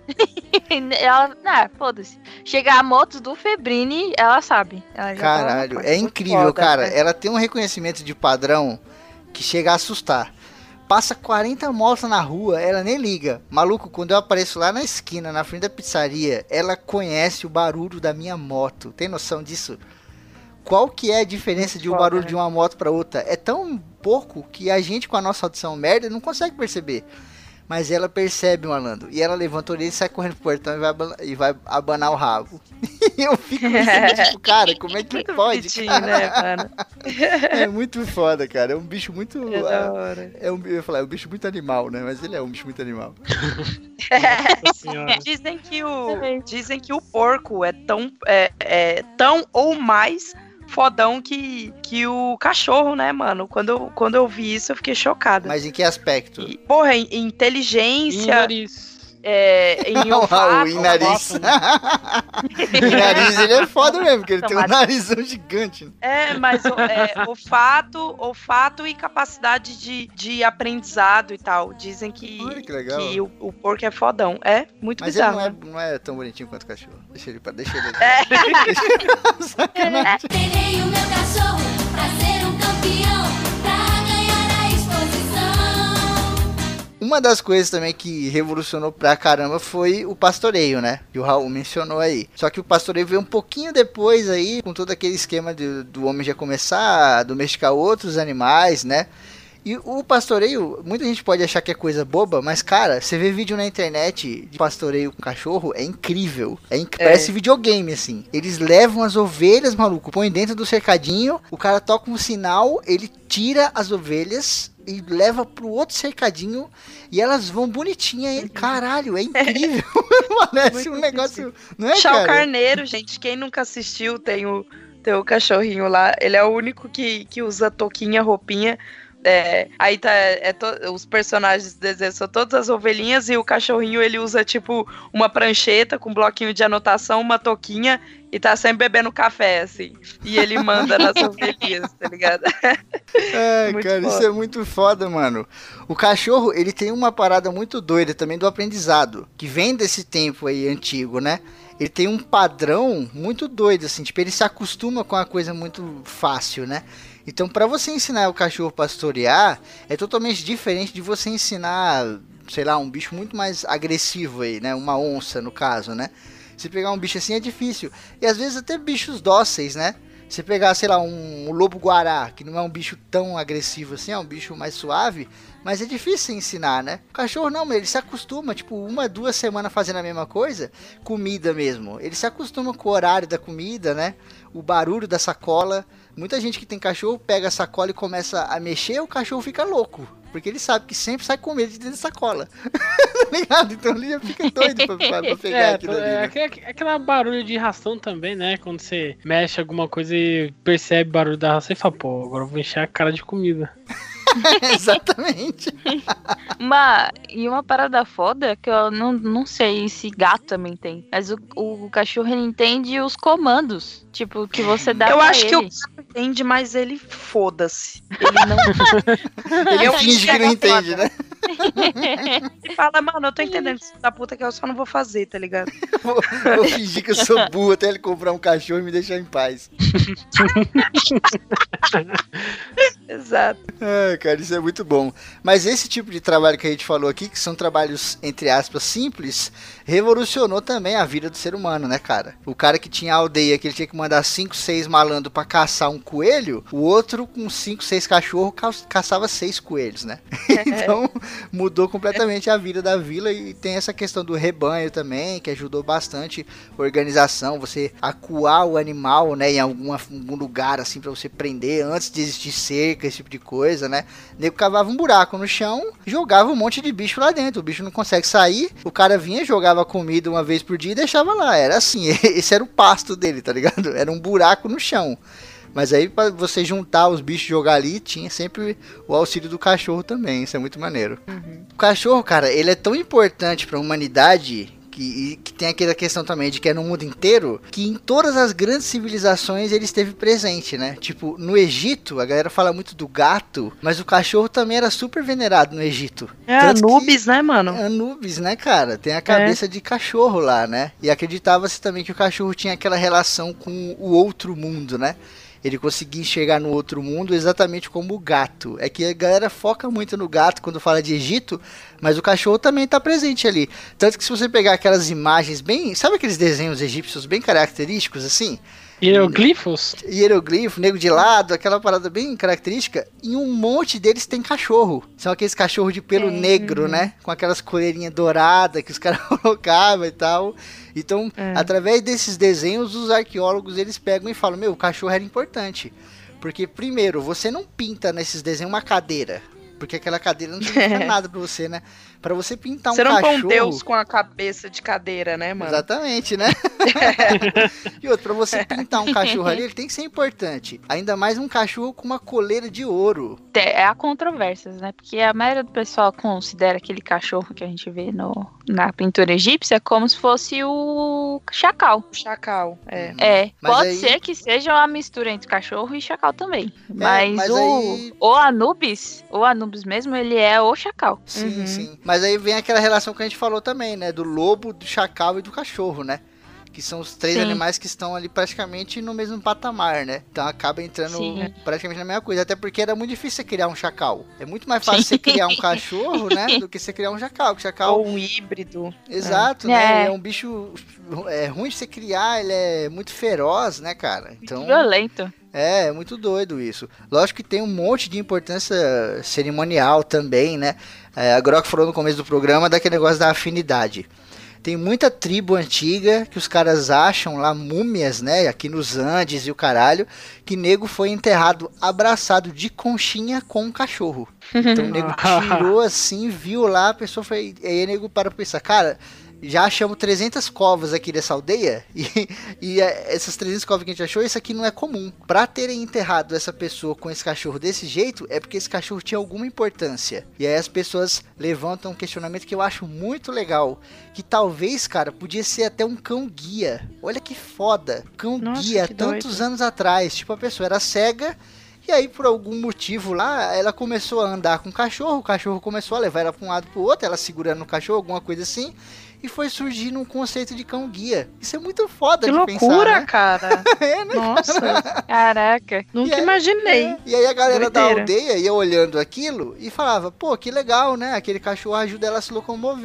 Ela, foda-se. Chegar a moto do Febrini, ela sabe. Ela já Caralho, é incrível, foda, cara. cara. Ela tem um reconhecimento de padrão que chega a assustar. Passa 40 motos na rua, ela nem liga. Maluco, quando eu apareço lá na esquina, na frente da pizzaria, ela conhece o barulho da minha moto. Tem noção disso? Qual que é a diferença de um barulho de uma moto pra outra? É tão pouco que a gente, com a nossa audição merda, não consegue perceber. Mas ela percebe, malandro. E ela levanta a orelha e sai correndo pro portão e vai abanar o rabo. E eu fico tipo, cara, como é que Muito pode, bonitinho, cara? né, mano? É muito foda, cara. É um bicho muito... É da hora. eu ia falar, é um bicho muito animal, né? Mas ele é um bicho muito animal. Nossa senhora. Dizem que o porco é tão ou mais fodão que o cachorro, né, mano? Quando eu vi isso, eu fiquei chocada. Mas em que aspecto? Porra, em inteligência, nariz. em olfato. Em nariz. Em nariz ele é foda mesmo, porque ele tem um narizão gigante. Mas olfato e capacidade de aprendizado e tal. Dizem que, Olha que legal. o porco é fodão. É muito Mas bizarro. ele não é tão bonitinho quanto o cachorro. Deixa ele. Deixa ele. Sacanagem. Treinei o meu cachorro pra ser um campeão, pra ganhar a exposição. Uma das coisas também que revolucionou pra caramba foi o pastoreio, né? Que o Raul mencionou aí. Só que o pastoreio veio um pouquinho depois aí, com todo aquele esquema do homem já começar a domesticar outros animais, né? E o pastoreio, muita gente pode achar que é coisa boba, mas cara, você vê vídeo na internet de pastoreio com cachorro, é incrível. Parece videogame, assim. Eles levam as ovelhas, maluco, põem dentro do cercadinho, o cara toca um sinal, ele tira as ovelhas e leva pro outro cercadinho e elas vão bonitinhas. Caralho, é incrível. Parece um negócio... Não é, Chau cara? Carneiro, gente, quem nunca assistiu tem o cachorrinho lá. Ele é o único que usa touquinha, roupinha. Aí tá, os personagens do desenho são todas as ovelhinhas e o cachorrinho ele usa tipo uma prancheta com um bloquinho de anotação, uma touquinha e tá sempre bebendo café, assim. E ele manda nas ovelhinhas, tá ligado? Muito cara, foda. Isso é muito foda, mano. O cachorro, ele tem uma parada muito doida também do aprendizado, que vem desse tempo aí antigo, né? Ele tem um padrão muito doido, assim, tipo, ele se acostuma com uma coisa muito fácil, né? Então, para você ensinar o cachorro a pastorear, é totalmente diferente de você ensinar, sei lá, um bicho muito mais agressivo aí, né? Uma onça, no caso, né? Se pegar um bicho assim é difícil. E às vezes até bichos dóceis, né? Se pegar, sei lá, um lobo-guará, que não é um bicho tão agressivo assim, é um bicho mais suave, mas é difícil ensinar, né? O cachorro não, ele se acostuma, tipo, 1, 2 semanas fazendo a mesma coisa, comida mesmo. Ele se acostuma com o horário da comida, né? O barulho da sacola, Muita gente que tem cachorro pega a sacola e começa a mexer, o cachorro fica louco. Porque ele sabe que sempre sai com medo de dentro da sacola. Tá ligado? Então ele já fica doido pra pegar aquilo ali. Né? Aquela barulho de ração também, né? Quando você mexe alguma coisa e percebe barulho da ração e fala, pô, agora eu vou encher a cara de comida. Exatamente. E uma parada foda que eu não sei se gato também tem. Mas o cachorro ele entende os comandos. Tipo, que você dá Eu pra acho ele. que o gato entende, mas ele foda-se. Ele não. Ele finge que não entende, né? Ele fala, mano, eu tô entendendo isso da puta que eu só não vou fazer, tá ligado? Vou fingir que eu sou burro até ele comprar um cachorro e me deixar em paz. Exato. Cara, isso é muito bom. Mas esse tipo de trabalho que a gente falou aqui, que são trabalhos, entre aspas, simples, revolucionou também a vida do ser humano, né, cara? O cara que tinha a aldeia, que ele tinha que mandar 5, 6 malandros pra caçar um coelho, o outro com 5, 6 cachorros caçava 6 coelhos, né? Então, mudou completamente a vida da vila e tem essa questão do rebanho também, que ajudou bastante a organização, você acuar o animal, né, em algum lugar, assim, pra você prender, antes de existir cerca, esse tipo de coisa, né? O nego cavava um buraco no chão, jogava um monte de bicho lá dentro, o bicho não consegue sair, o cara vinha, jogava comida uma vez por dia e deixava lá, era assim, esse era o pasto dele, tá ligado? Era um buraco no chão. Mas aí pra você juntar os bichos e jogar ali, tinha sempre o auxílio do cachorro também, isso é muito maneiro. O cachorro, cara, ele é tão importante pra humanidade que tem aquela questão também de que é no mundo inteiro, que em todas as grandes civilizações ele esteve presente, né? Tipo, no Egito, a galera fala muito do gato, mas o cachorro também era super venerado no Egito. É Anubis, né, mano? Anubis, né, cara? Tem a cabeça de cachorro lá, né? E acreditava-se também que o cachorro tinha aquela relação com o outro mundo, né? Ele conseguia enxergar no outro mundo exatamente como o gato. É que a galera foca muito no gato quando fala de Egito, mas o cachorro também está presente ali. Tanto que se você pegar aquelas imagens bem... Sabe aqueles desenhos egípcios bem característicos, assim? Hieroglifos? Hieroglifo, nego de lado, aquela parada bem característica. E um monte deles tem cachorro. São aqueles cachorros de pelo negro, né? Com aquelas coleirinhas douradas que os caras colocavam e tal. Então, através desses desenhos, os arqueólogos, eles pegam e falam, meu, o cachorro era importante. Porque, primeiro, você não pinta nesses desenhos uma cadeira. Porque aquela cadeira não significa nada pra você, né? Pra você pintar um cachorro... Você não põe um Deus com a cabeça de cadeira, né, mano? Exatamente, né? E outro, pra você pintar um cachorro ali, ele tem que ser importante. Ainda mais um cachorro com uma coleira de ouro. Há controvérsias, né? Porque a maioria do pessoal considera aquele cachorro que a gente vê na pintura egípcia como se fosse o chacal. Chacal, é. Mas pode aí... ser que seja uma mistura entre cachorro e chacal também. Mas aí... o Anubis mesmo, ele é o chacal. Sim, sim. Mas aí vem aquela relação que a gente falou também, né? Do lobo, do chacal e do cachorro, né? Que são os três animais que estão ali praticamente no mesmo patamar, né? Então acaba entrando praticamente na mesma coisa. Até porque era muito difícil você criar um chacal. É muito mais fácil você criar um cachorro, né? Do que você criar um chacal. Ou um híbrido. Exato, né? Ele é um bicho ruim de você criar, ele é muito feroz, né, cara? Então, violento. É muito doido isso. Lógico que tem um monte de importância cerimonial também, né? A Grok falou no começo do programa daquele negócio da afinidade. Tem muita tribo antiga que os caras acham lá múmias, né? Aqui nos Andes e o caralho, que nego foi enterrado abraçado de conchinha com um cachorro. Então o nego tirou assim, viu lá, a pessoa foi... Aí o nego para pensar, cara... Já achamos 300 covas aqui dessa aldeia e essas 300 covas que a gente achou, isso aqui não é comum. Pra terem enterrado essa pessoa com esse cachorro desse jeito, é porque esse cachorro tinha alguma importância. E aí as pessoas levantam um questionamento que eu acho muito legal, que talvez, cara, podia ser até um cão-guia. Olha que foda. Cão-guia, tantos anos atrás. Tipo, a pessoa era cega... E aí, por algum motivo lá, ela começou a andar com o cachorro começou a levar ela para um lado para o outro, ela segurando o cachorro, alguma coisa assim, e foi surgindo um conceito de cão-guia. Isso é muito foda de pensar, né? Que loucura, né? cara! Né? Nossa! Caraca! Nunca imaginei. E aí a galera da aldeia ia olhando aquilo e falava, pô, que legal, né? Aquele cachorro ajuda ela a se locomover.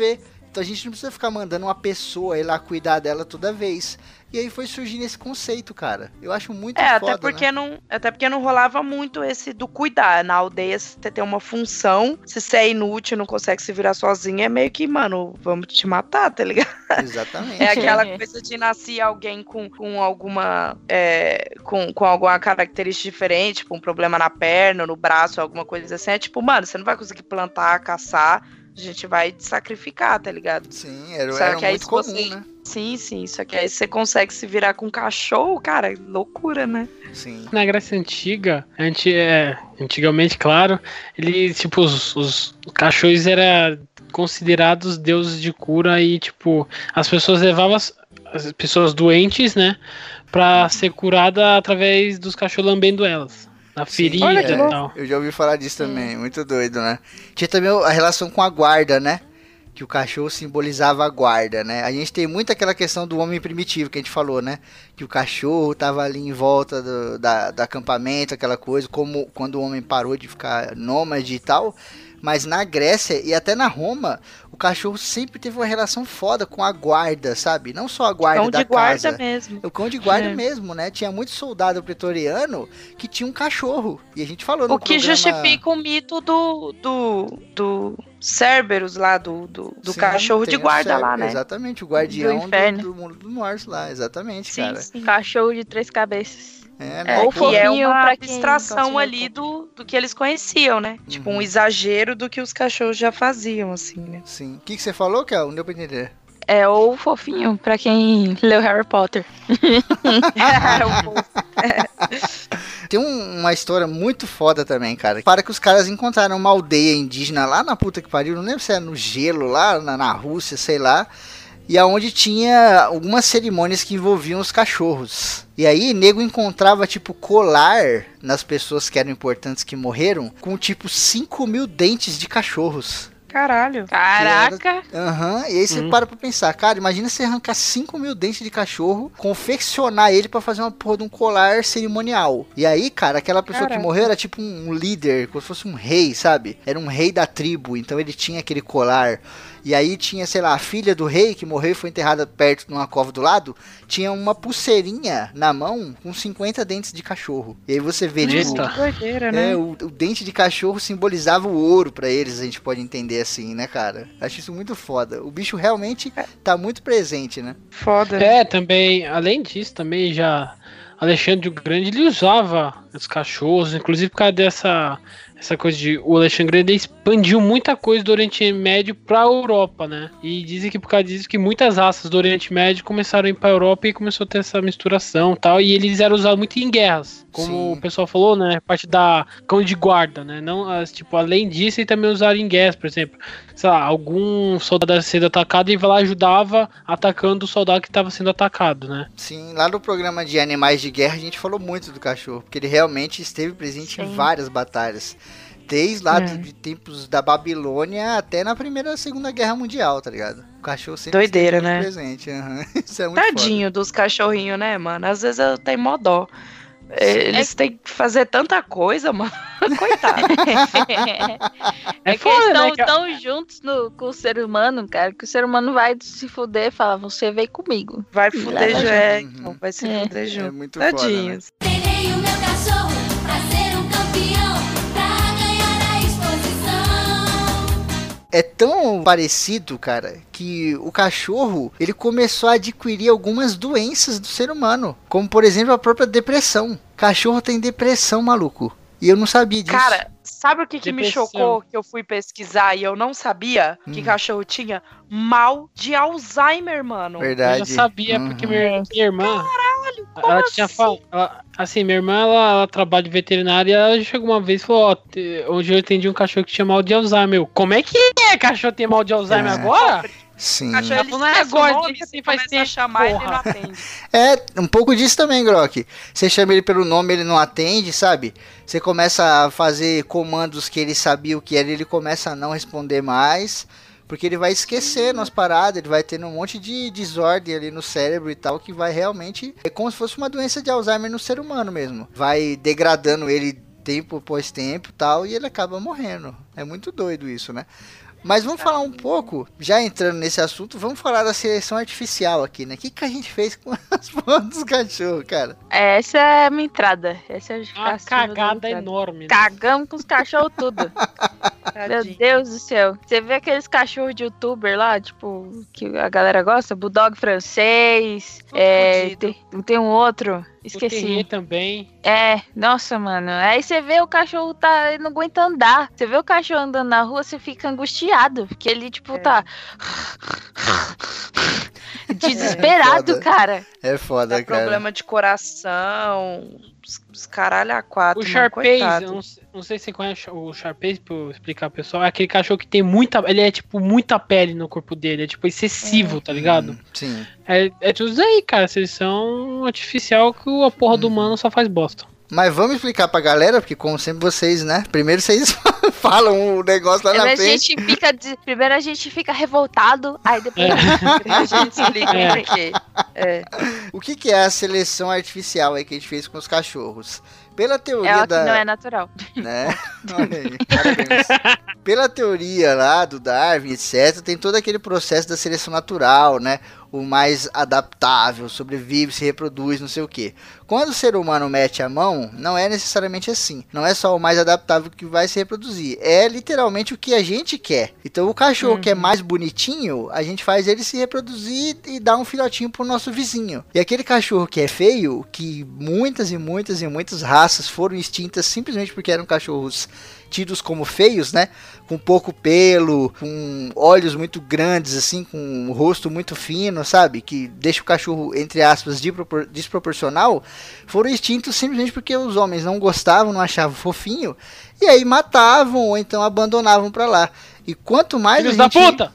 Então a gente não precisa ficar mandando uma pessoa ir lá cuidar dela toda vez. E aí foi surgindo esse conceito, cara. Eu acho muito foda, até porque não rolava muito esse do cuidar. Na aldeia, você tem uma função, se você é inútil, não consegue se virar sozinho, é meio que, mano, vamos te matar, tá ligado? Exatamente. É aquela coisa de nascer alguém com alguma com alguma característica diferente, tipo um problema na perna, no braço, alguma coisa assim. É tipo, mano, você não vai conseguir plantar, caçar, a gente vai te sacrificar, tá ligado? Sim, era muito comum, né? Sim, só que aí você consegue se virar com cachorro, cara, loucura, né? Sim. Na Grécia Antiga, antigamente, claro, eles, tipo, os cachorros eram considerados deuses de cura e, tipo, as pessoas levavam as pessoas doentes, né, pra ser curada através dos cachorros lambendo elas. Na ferida e tal. Eu já ouvi falar disso também, muito doido, né? Tinha também a relação com a guarda, né? Que o cachorro simbolizava a guarda, né? A gente tem muito aquela questão do homem primitivo que a gente falou, né? Que o cachorro tava ali em volta do acampamento, aquela coisa, como quando o homem parou de ficar nômade e tal. Mas na Grécia e até na Roma, o cachorro sempre teve uma relação foda com a guarda, sabe? Não só a guarda da casa. O cão de guarda mesmo. O cão de guarda mesmo, né? Tinha muito soldado pretoriano que tinha um cachorro. E a gente falou no programa... O que justifica o mito do Cerberus lá, do Sim, cachorro de guarda lá, né? Exatamente, o guardião do mundo dos mortos lá, exatamente, sim, cara. Sim. Cachorro de 3 cabeças. Ou que é uma abstração ali do que eles conheciam, né? Uhum. Tipo, um exagero do que os cachorros já faziam, assim, né? Sim. O que você falou, Kel? Não deu pra entender. Ou fofinho, pra quem leu Harry Potter. Tem uma história muito foda também, cara. Para que os caras encontraram uma aldeia indígena lá na puta que pariu, não lembro se era no gelo, lá na Rússia, sei lá. E aonde tinha algumas cerimônias que envolviam os cachorros. E aí, nego encontrava, tipo, colar nas pessoas que eram importantes que morreram, com, tipo, 5.000 dentes de cachorros. Caralho. Caraca. Aham, e aí você para pra pensar, cara, imagina você arrancar 5.000 dentes de cachorro, confeccionar ele pra fazer uma porra de um colar cerimonial. E aí, cara, aquela pessoa que morreu era tipo um líder, como se fosse um rei, sabe? Era um rei da tribo, então ele tinha aquele colar. E aí tinha, sei lá, a filha do rei que morreu e foi enterrada perto de uma cova do lado, tinha uma pulseirinha na mão com 50 dentes de cachorro. E aí você vê, tipo, doideira, né? o dente de cachorro simbolizava o ouro pra eles, a gente pode entender assim, né, cara? Acho isso muito foda. O bicho realmente tá muito presente, né? Foda. Também, além disso, também já Alexandre o Grande, ele usava os cachorros, inclusive por causa essa coisa de... O Alexandre Grande expandiu muita coisa do Oriente Médio pra Europa, né? E dizem que por causa disso que muitas raças do Oriente Médio começaram a ir pra Europa e começou a ter essa misturação e tal. E eles eram usados muito em guerras. Como o pessoal falou, né? Parte da cão de guarda, né? Não, tipo, além disso, eles também usaram em guerras, por exemplo. Sei lá, algum soldado sendo atacado e vai lá ajudava atacando o soldado que estava sendo atacado, né? Sim, lá no programa de Animais de Guerra a gente falou muito do cachorro, porque ele realmente esteve presente em várias batalhas. Desde lá de tempos da Babilônia até na Primeira e Segunda Guerra Mundial, tá ligado? O cachorro sempre doideira, esteve né? presente. Isso é muito Tadinho foda. Dos cachorrinhos, né, mano? Às vezes eu tenho mó dó. Eles têm que fazer tanta coisa, mano. Coitado. É que eles estão tão juntos com o ser humano, cara, que o ser humano vai se fuder e fala, você veio comigo. Vai fuder junto. Vai se fuder junto. É muito Tadinhos. foda, né? Treinei o meu cachorro pra ser um campeão, pra ganhar a exposição. É tão parecido, cara, que o cachorro, ele começou a adquirir algumas doenças do ser humano. Como, por exemplo, a própria depressão. Cachorro tem depressão, maluco. E eu não sabia disso. Cara, sabe o que me chocou? Que eu fui pesquisar e eu não sabia que cachorro tinha? Mal de Alzheimer, mano. Verdade. Eu já sabia, porque minha irmã... Caralho, como ela assim? tinha falado... Assim, minha irmã, ela trabalha de veterinária e ela chegou uma vez e falou, onde eu atendi um cachorro que tinha mal de Alzheimer. Como é que cachorro tem mal de Alzheimer agora? Sim. Cachorro, ele não é esquece agora, o nome, assim, você faz começa tempo, a chamar, ele porra. não atende. É, um pouco disso também, Grok. Você chama ele pelo nome, ele não atende, sabe? Você começa a fazer comandos que ele sabia o que era, ele começa a não responder mais, porque ele vai esquecendo as paradas, ele vai tendo um monte de desordem ali no cérebro e tal, que vai realmente... É como se fosse uma doença de Alzheimer no ser humano mesmo. Vai degradando ele tempo após tempo e tal, e ele acaba morrendo. É muito doido isso, né? Mas vamos falar um pouco, já entrando nesse assunto, vamos falar da seleção artificial aqui, né? O que a gente fez com as porras dos cachorros, cara? Essa é a minha entrada. Essa é a Uma justificativa da minha cagada entrada. enorme. Né? Cagamos com os cachorros tudo. Meu Tadinho. Deus do céu. Você vê aqueles cachorros de youtuber lá, tipo, que a galera gosta? Bulldog francês. Tudo Tem um outro. O Esqueci. Terrier também. Nossa, mano. Aí você vê o cachorro ele não aguenta andar. Você vê o cachorro andando na rua, você fica angustiado. Porque ele, tipo, tá. Desesperado, foda. cara. É foda, Dá cara. problema de coração, os caralho a quatro, O mano, Sharpei, coitado. eu não sei se você conhece o Sharpei, pra eu explicar pro pessoal, é aquele cachorro que tem muita. Ele é tipo muita pele no corpo dele, é tipo excessivo, tá ligado? Sim. É tudo isso aí, cara. Seleção artificial que a porra do humano só faz bosta. Mas vamos explicar pra galera, porque como sempre vocês, né? Primeiro vocês falam o negócio lá na frente. Primeiro a gente fica revoltado, aí depois A gente explica É. por quê. O que é a seleção artificial aí que a gente fez com os cachorros? Pela é teoria o que da... não é natural. né? Olha aí, parabéns. Pela teoria lá do Darwin, etc., tem todo aquele processo da seleção natural, né? O mais adaptável, sobrevive, se reproduz, não sei o quê. Quando o ser humano mete a mão, não é necessariamente assim. Não é só o mais adaptável que vai se reproduzir. É literalmente o que a gente quer. Então o cachorro que é mais bonitinho, a gente faz ele se reproduzir e dar um filhotinho pro nosso vizinho. E aquele cachorro que é feio, que muitas e muitas e muitas raças foram extintas simplesmente porque eram cachorros tidos como feios, né? Com pouco pelo, com olhos muito grandes, assim, com um rosto muito fino, sabe? Que deixa o cachorro, entre aspas, desproporcional. Foram extintos simplesmente porque os homens não gostavam, não achavam fofinho. E aí matavam ou então abandonavam pra lá. E quanto mais Filhos a da gente... puta!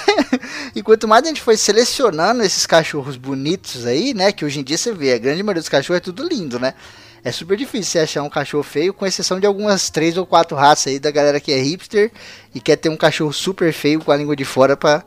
E quanto mais a gente foi selecionando esses cachorros bonitos aí, né? Que hoje em dia você vê, a grande maioria dos cachorros é tudo lindo, né? É super difícil você achar um cachorro feio, com exceção de algumas 3 ou 4 raças aí da galera que é hipster e quer ter um cachorro super feio com a língua de fora pra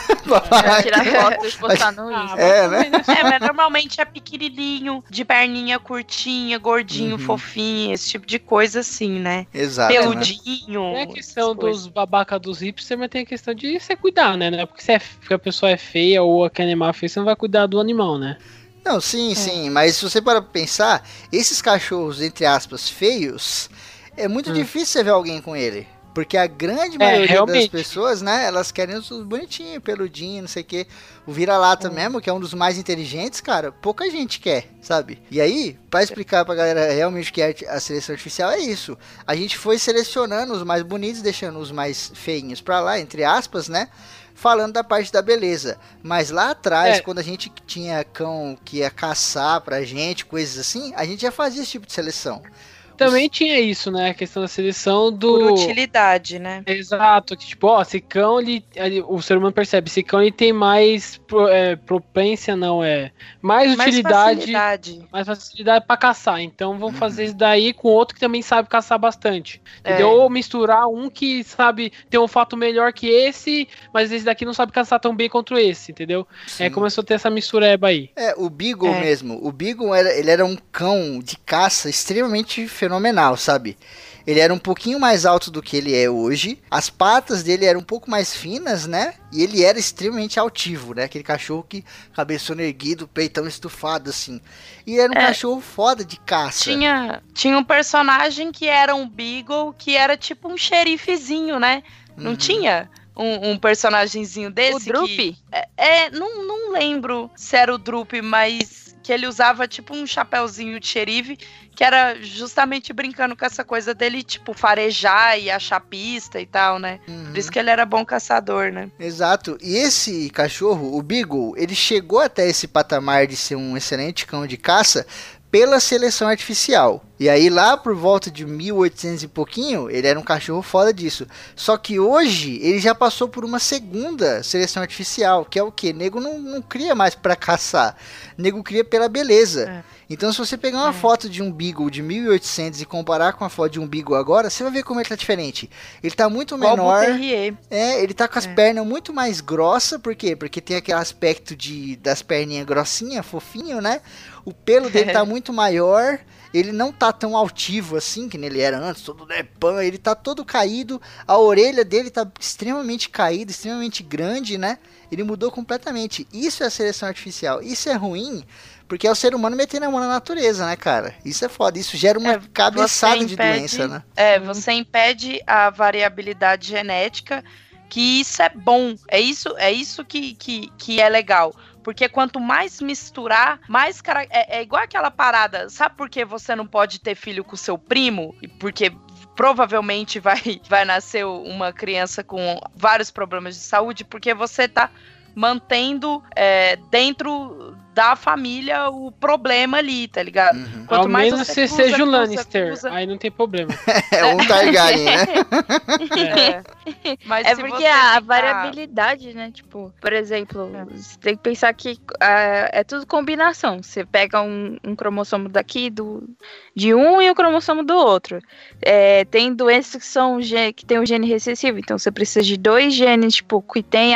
falar. Tirar foto e postar no Ah, Insta. mas É, também, né? Mas normalmente é pequenininho, de perninha curtinha, gordinho, fofinho, esse tipo de coisa assim, né? Exato. Né? Peludinho. Tem a questão essas coisas. dos babaca dos hipsters, mas tem a questão de você cuidar, né? Não é porque porque a pessoa é feia ou aquele animal é feio, você não vai cuidar do animal, né? Não, sim, mas se você para pensar, esses cachorros, entre aspas, feios, é muito difícil você ver alguém com ele. Porque a grande maioria das realmente. pessoas, né, elas querem os bonitinhos, peludinhos, não sei o que. O vira-lata mesmo, que é um dos mais inteligentes, cara, pouca gente quer, sabe? E aí, pra explicar pra galera realmente o que é a seleção artificial, é isso. A gente foi selecionando os mais bonitos, deixando os mais feinhos pra lá, entre aspas, né? Falando da parte da beleza. Mas lá atrás, quando a gente tinha cão que ia caçar pra gente, coisas assim, a gente já fazia esse tipo de seleção. Também tinha isso, né? A questão da seleção do. Por utilidade, né? Exato, que tipo, ó, esse cão, o ser humano percebe, esse cão ele tem mais propência, não, mais utilidade, mais facilidade pra caçar, então vamos fazer isso daí com outro que também sabe caçar bastante, entendeu? Ou misturar um que sabe ter um fato melhor que esse, mas esse daqui não sabe caçar tão bem contra esse, entendeu? Sim. Começou a ter essa mistureba aí. O Beagle mesmo, o Beagle ele era um cão de caça extremamente fenomenal, sabe? Ele era um pouquinho mais alto do que ele é hoje, as patas dele eram um pouco mais finas, né? E ele era extremamente altivo, né? Aquele cachorro que cabeçona erguido, peitão estufado, assim. E era um cachorro foda de caça. Tinha um personagem que era um Beagle, que era tipo um xerifezinho, né? Não tinha um personagenzinho desse? O Droop? Não lembro se era o Droop, mas que ele usava tipo um chapéuzinho de xerife, que era justamente brincando com essa coisa dele, tipo, farejar e achar pista e tal, né? Por isso que ele era bom caçador, né? Exato. E esse cachorro, o Beagle, ele chegou até esse patamar de ser um excelente cão de caça pela seleção artificial. E aí lá por volta de 1800 e pouquinho, ele era um cachorro foda disso. Só que hoje ele já passou por uma segunda seleção artificial, que é o que? Nego não cria mais pra caçar. Nego cria pela beleza. Então se você pegar uma foto de um Beagle de 1800 e comparar com a foto de um Beagle agora, você vai ver como ele tá diferente. Ele tá muito menor. Ele tá com as pernas muito mais grossas. Por quê? Porque tem aquele aspecto das perninhas grossinhas, fofinho, né? O pelo dele tá muito maior. ele não tá tão altivo assim, que ele era antes, todo pan, ele tá todo caído, a orelha dele tá extremamente caída, extremamente grande, né? Ele mudou completamente. Isso é a seleção artificial. Isso é ruim, porque é o ser humano metendo a mão na natureza, né, cara? Isso é foda. Isso gera uma cabeçada de doença, né? Você impede a variabilidade genética, que isso é bom. É isso que é legal. Porque quanto mais misturar, mais é igual aquela parada. Sabe por que você não pode ter filho com seu primo? Porque provavelmente vai nascer uma criança com vários problemas de saúde, porque você tá mantendo dentro da família o problema ali, tá ligado? Uhum. Quanto mais você seja o Lannister, aí não tem problema. É um Targaryen, né? Mas porque a variabilidade, né? Tipo, por exemplo, você tem que pensar que é tudo combinação. Você pega um cromossomo daqui de um e o cromossomo do outro. Tem doenças que tem um gene recessivo, então você precisa de 2 genes, tipo, que tem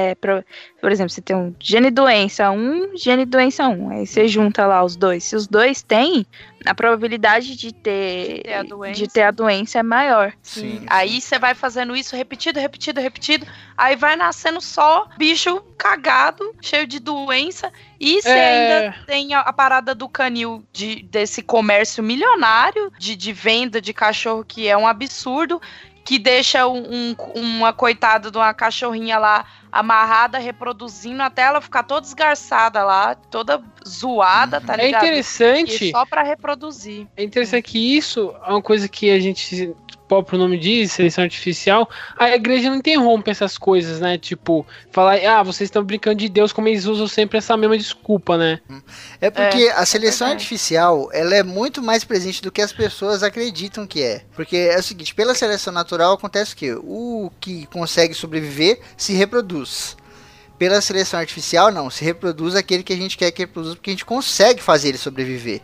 por exemplo, você tem um gene doença 1, gene doença 1. Aí você junta lá os dois. Se os dois têm, a probabilidade de ter a doença é maior. Sim. Aí você vai fazendo isso repetido. Aí vai nascendo só bicho cagado, cheio de doença. E você ainda tem a parada do canil, desse comércio milionário de venda de cachorro, que é um absurdo, que deixa uma coitada de uma cachorrinha lá amarrada, reproduzindo, até ela ficar toda esgarçada lá, toda zoada, tá ligado? É interessante. E só pra reproduzir. É interessante que isso é uma coisa que a gente, o próprio nome diz, seleção artificial, a igreja não interrompe essas coisas, né? Tipo, falar, vocês estão brincando de Deus, como eles usam sempre essa mesma desculpa, né? É porque a seleção artificial, ela é muito mais presente do que as pessoas acreditam que é. Porque é o seguinte, pela seleção natural acontece o quê? O que consegue sobreviver se reproduz. Pela seleção artificial, não. Se reproduz aquele que a gente quer que reproduza, porque a gente consegue fazer ele sobreviver.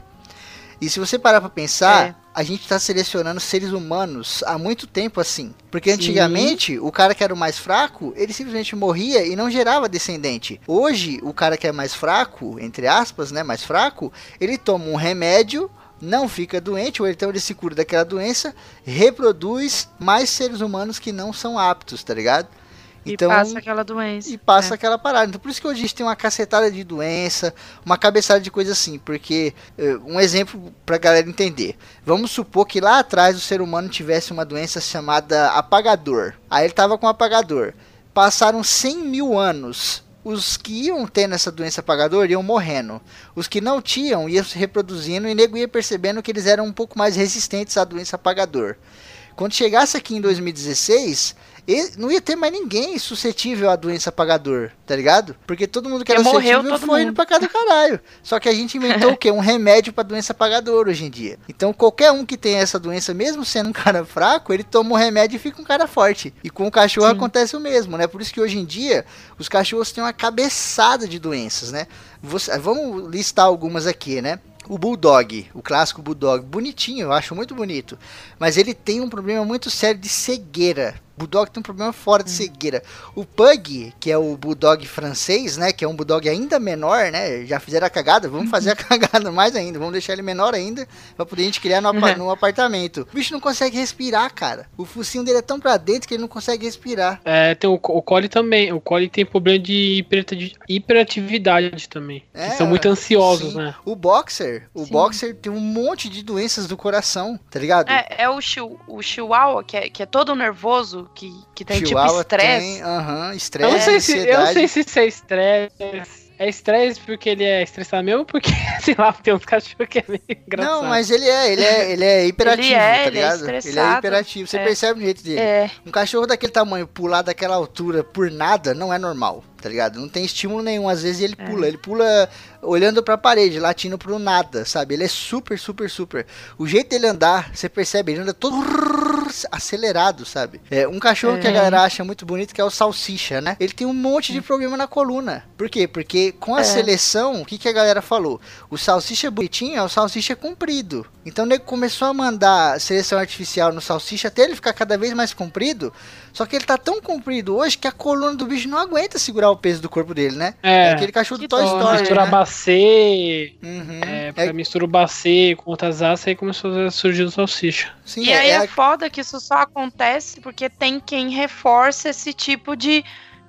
E se você parar pra pensar, a gente tá selecionando seres humanos há muito tempo assim. Porque antigamente, o cara que era o mais fraco, ele simplesmente morria e não gerava descendente. Hoje, o cara que é mais fraco, entre aspas, né, mais fraco, ele toma um remédio, não fica doente, ou então ele se cura daquela doença, reproduz mais seres humanos que não são aptos, tá ligado? Então, passa aquela doença. E passa aquela parada. Então por isso que hoje a gente tem uma cacetada de doença, uma cabeçada de coisa assim. Porque, um exemplo pra galera entender. Vamos supor que lá atrás o ser humano tivesse uma doença chamada apagador. Aí ele tava com apagador. Passaram 100 mil anos. Os que iam tendo essa doença apagador iam morrendo. Os que não tinham iam se reproduzindo e o nego ia percebendo que eles eram um pouco mais resistentes à doença apagador. Quando chegasse aqui em 2016... não ia ter mais ninguém suscetível à doença apagador, tá ligado? Porque todo mundo que era suscetível foi indo pra cá do caralho. Só que a gente inventou o quê? Um remédio pra doença apagador hoje em dia. Então qualquer um que tem essa doença, mesmo sendo um cara fraco, ele toma um remédio e fica um cara forte. E com o cachorro acontece o mesmo, né? Por isso que hoje em dia os cachorros têm uma cabeçada de doenças, né? Vamos listar algumas aqui, né? O Bulldog, o clássico Bulldog, bonitinho, eu acho muito bonito. Mas ele tem um problema muito sério de cegueira. O Bulldog tem um problema fora de cegueira. O Pug, que é o Bulldog francês, né? Que é um Bulldog ainda menor, né? Já fizeram a cagada, vamos fazer a cagada mais ainda. Vamos deixar ele menor ainda, pra poder a gente criar no apartamento. O bicho não consegue respirar, cara. O focinho dele é tão pra dentro que ele não consegue respirar. Tem o Collie também. O Collie tem problema de hiperatividade também. Que são muito ansiosos, né? O Boxer tem um monte de doenças do coração, tá ligado? É o Chihuahua, que é todo nervoso, que tem Chihuahua tipo estresse. Estresse, eu não sei se isso é estresse. É estresse porque ele é estressado mesmo, porque, sei lá, tem uns cachorros que é meio engraçado. Não, mas ele é hiperativo, tá ligado? Ele é hiperativo, você percebe o jeito dele. Um cachorro daquele tamanho pular daquela altura por nada não é normal, tá ligado? Não tem estímulo nenhum, às vezes ele pula olhando pra parede, latindo pro nada, sabe? Ele é super. O jeito dele andar, você percebe, ele anda todo acelerado, sabe? Um cachorro que a galera acha muito bonito, que é o Salsicha, né? Ele tem um monte de problema na coluna. Por quê? Porque com a seleção, o que a galera falou? O Salsicha bonitinho é o Salsicha comprido. Então o nego começou a mandar seleção artificial no salsicha até ele ficar cada vez mais comprido. Só que ele tá tão comprido hoje que a coluna do bicho não aguenta segurar o peso do corpo dele, né? É. Aquele cachorro do Que Toy dó, Story, Misturar né? bacê, Uhum. mistura o bacê com outras raças, aí começou a surgir o salsicha. Sim, E aí é foda que isso só acontece porque tem quem reforça esse tipo de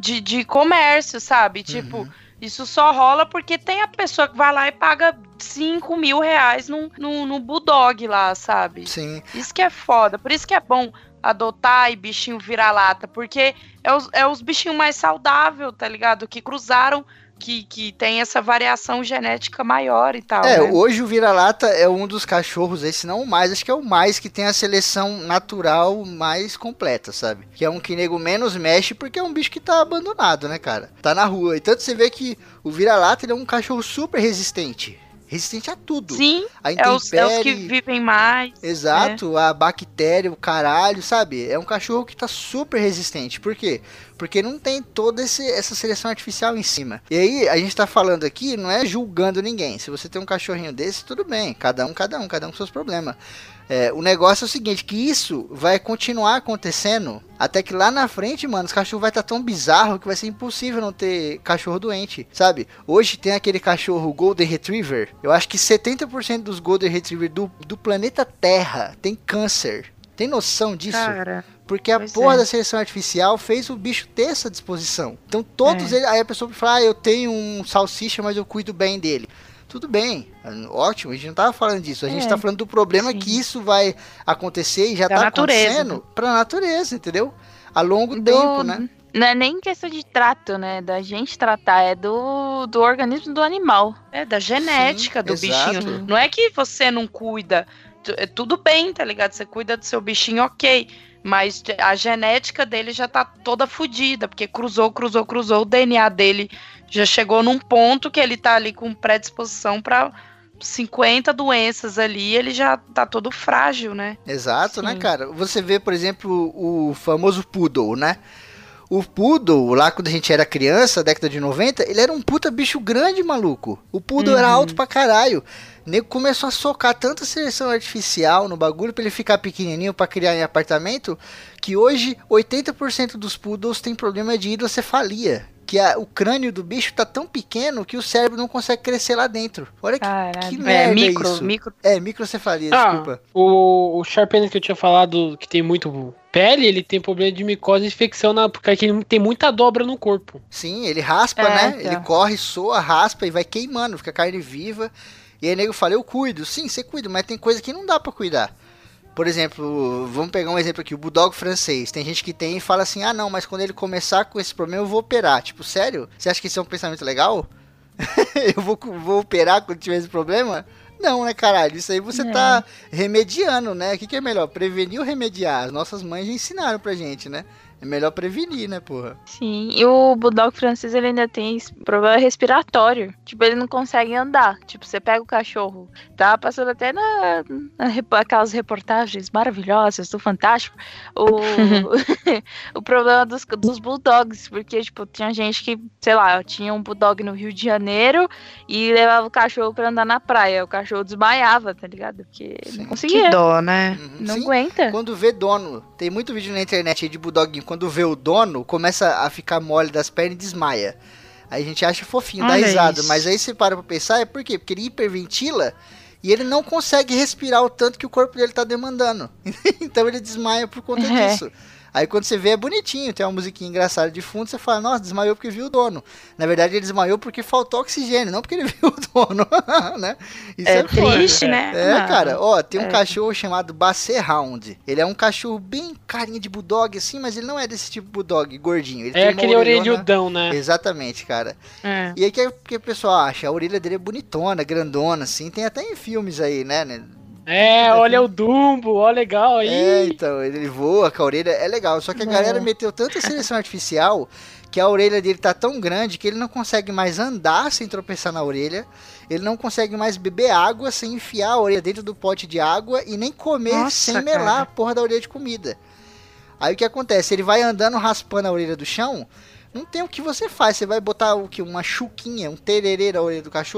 comércio, sabe? Tipo, isso só rola porque tem a pessoa que vai lá e paga 5 mil reais no Bulldog lá, sabe? Sim. Isso que é foda. Por isso que é bom adotar e bichinho vira-lata, porque é os bichinhos mais saudáveis, tá ligado? Que cruzaram, que tem essa variação genética maior e tal. É, né? hoje o vira-lata é um dos cachorros, esse não o mais, acho que é o mais que tem a seleção natural mais completa, sabe? Que é um que nego menos mexe porque é um bicho que tá abandonado, né, cara? Tá na rua. E tanto você vê que o vira-lata ele é um cachorro super resistente. Resistente a tudo. Sim, A é os que vivem mais. Exato, a bactéria, o caralho, sabe? É um cachorro que tá super resistente. Por quê? Porque não tem toda essa seleção artificial em cima. E aí, a gente tá falando aqui, não é julgando ninguém. Se você tem um cachorrinho desse, tudo bem. Cada um com seus problemas. O negócio é o seguinte, que isso vai continuar acontecendo até que lá na frente, mano, os cachorros vai estar tão bizarro que vai ser impossível não ter cachorro doente, sabe? Hoje tem aquele cachorro Golden Retriever, eu acho que 70% dos Golden Retriever do planeta Terra tem câncer. Tem noção disso? Cara, porque a pois porra é. da seleção artificial fez o bicho ter essa disposição. Então todos eles, aí a pessoa fala, eu tenho um salsicha, mas eu cuido bem dele. Tudo bem, ótimo, a gente não tava falando disso, a gente tá falando do problema sim. que isso vai acontecer e já Da tá natureza, acontecendo pra natureza, entendeu? A longo tempo, né? Não é nem questão de trato, né? Da gente tratar, é do organismo do animal. É da genética Sim, do exato. bichinho. Não é que você não cuida. Tudo bem, tá ligado? Você cuida do seu bichinho, ok. Mas a genética dele já tá toda fodida, porque cruzou. O DNA dele já chegou num ponto que ele tá ali com predisposição pra 50 doenças ali, ele já tá todo frágil, né? Exato, Sim. né, cara? Você vê, por exemplo, o famoso Poodle, né? O Poodle, lá quando a gente era criança, década de 90, ele era um puta bicho grande, maluco. O Poodle era alto pra caralho. O nego começou a socar tanta seleção artificial no bagulho pra ele ficar pequenininho pra criar em apartamento, que hoje 80% dos Poodles tem problema de hidrocefalia. Que o crânio do bicho tá tão pequeno que o cérebro não consegue crescer lá dentro. Olha que merda isso. Microcefalia, desculpa. O Sharpei que eu tinha falado, que tem muito pele, ele tem problema de micose e infecção, porque ele tem muita dobra no corpo. Sim, ele raspa, né? tá. Ele corre, soa, raspa e vai queimando, fica carne viva. E aí o nego fala, eu cuido. Sim, você cuida, mas tem coisa que não dá pra cuidar. Por exemplo, vamos pegar um exemplo aqui, o Bulldog francês. Tem gente que tem e fala assim, ah não, mas quando ele começar com esse problema eu vou operar. Tipo, sério? Você acha que isso é um pensamento legal? Eu vou operar quando tiver esse problema? Não, né, caralho? Isso aí você tá remediando, né? O que é melhor? Prevenir ou remediar? As nossas mães já ensinaram pra gente, né? É melhor prevenir, né, porra? Sim, e o Bulldog francês, ele ainda tem esse problema respiratório. Tipo, ele não consegue andar. Tipo, você pega o cachorro, tá passando até aquelas reportagens maravilhosas do Fantástico, o problema dos Bulldogs, porque, tipo, tinha gente que, sei lá, tinha um Bulldog no Rio de Janeiro e levava o cachorro pra andar na praia. O cachorro desmaiava, tá ligado? Porque ele não conseguia. Que dó, né? Não Sim, aguenta. quando vê dono, tem muito vídeo na internet aí de Bulldoguinho, quando vê o dono, começa a ficar mole das pernas e desmaia. Aí a gente acha fofinho, dá Olha risada, isso. mas aí você para pra pensar, é por quê? Porque ele hiperventila e ele não consegue respirar o tanto que o corpo dele tá demandando. Então ele desmaia por conta disso. Aí quando você vê é bonitinho, tem uma musiquinha engraçada de fundo, você fala, nossa, desmaiou porque viu o dono. Na verdade ele desmaiou porque faltou oxigênio, não porque ele viu o dono, né? Isso É foda. triste, né? É, mano? cara, ó, tem um cachorro chamado Basset Hound. Ele é um cachorro bem carinha de bulldog, assim, mas ele não é desse tipo bulldog gordinho. Ele tem É uma aquele orelhona- orelhudão, né? Exatamente, cara. É. E aí que o pessoal acha? A orelha dele é bonitona, grandona, assim. Tem até em filmes aí, né? Olha o Dumbo, ó, legal aí. É, então, ele voa com a orelha, é legal. Só que a galera meteu tanta seleção artificial que a orelha dele tá tão grande que ele não consegue mais andar sem tropeçar na orelha. Ele não consegue mais beber água sem enfiar a orelha dentro do pote de água e nem comer Nossa, sem melar cara. a porra da orelha de comida. Aí o que acontece? Ele vai andando raspando a orelha do chão, não tem o que você faz. Você vai botar o que? Uma chuquinha, um tererê na orelha do cachorro?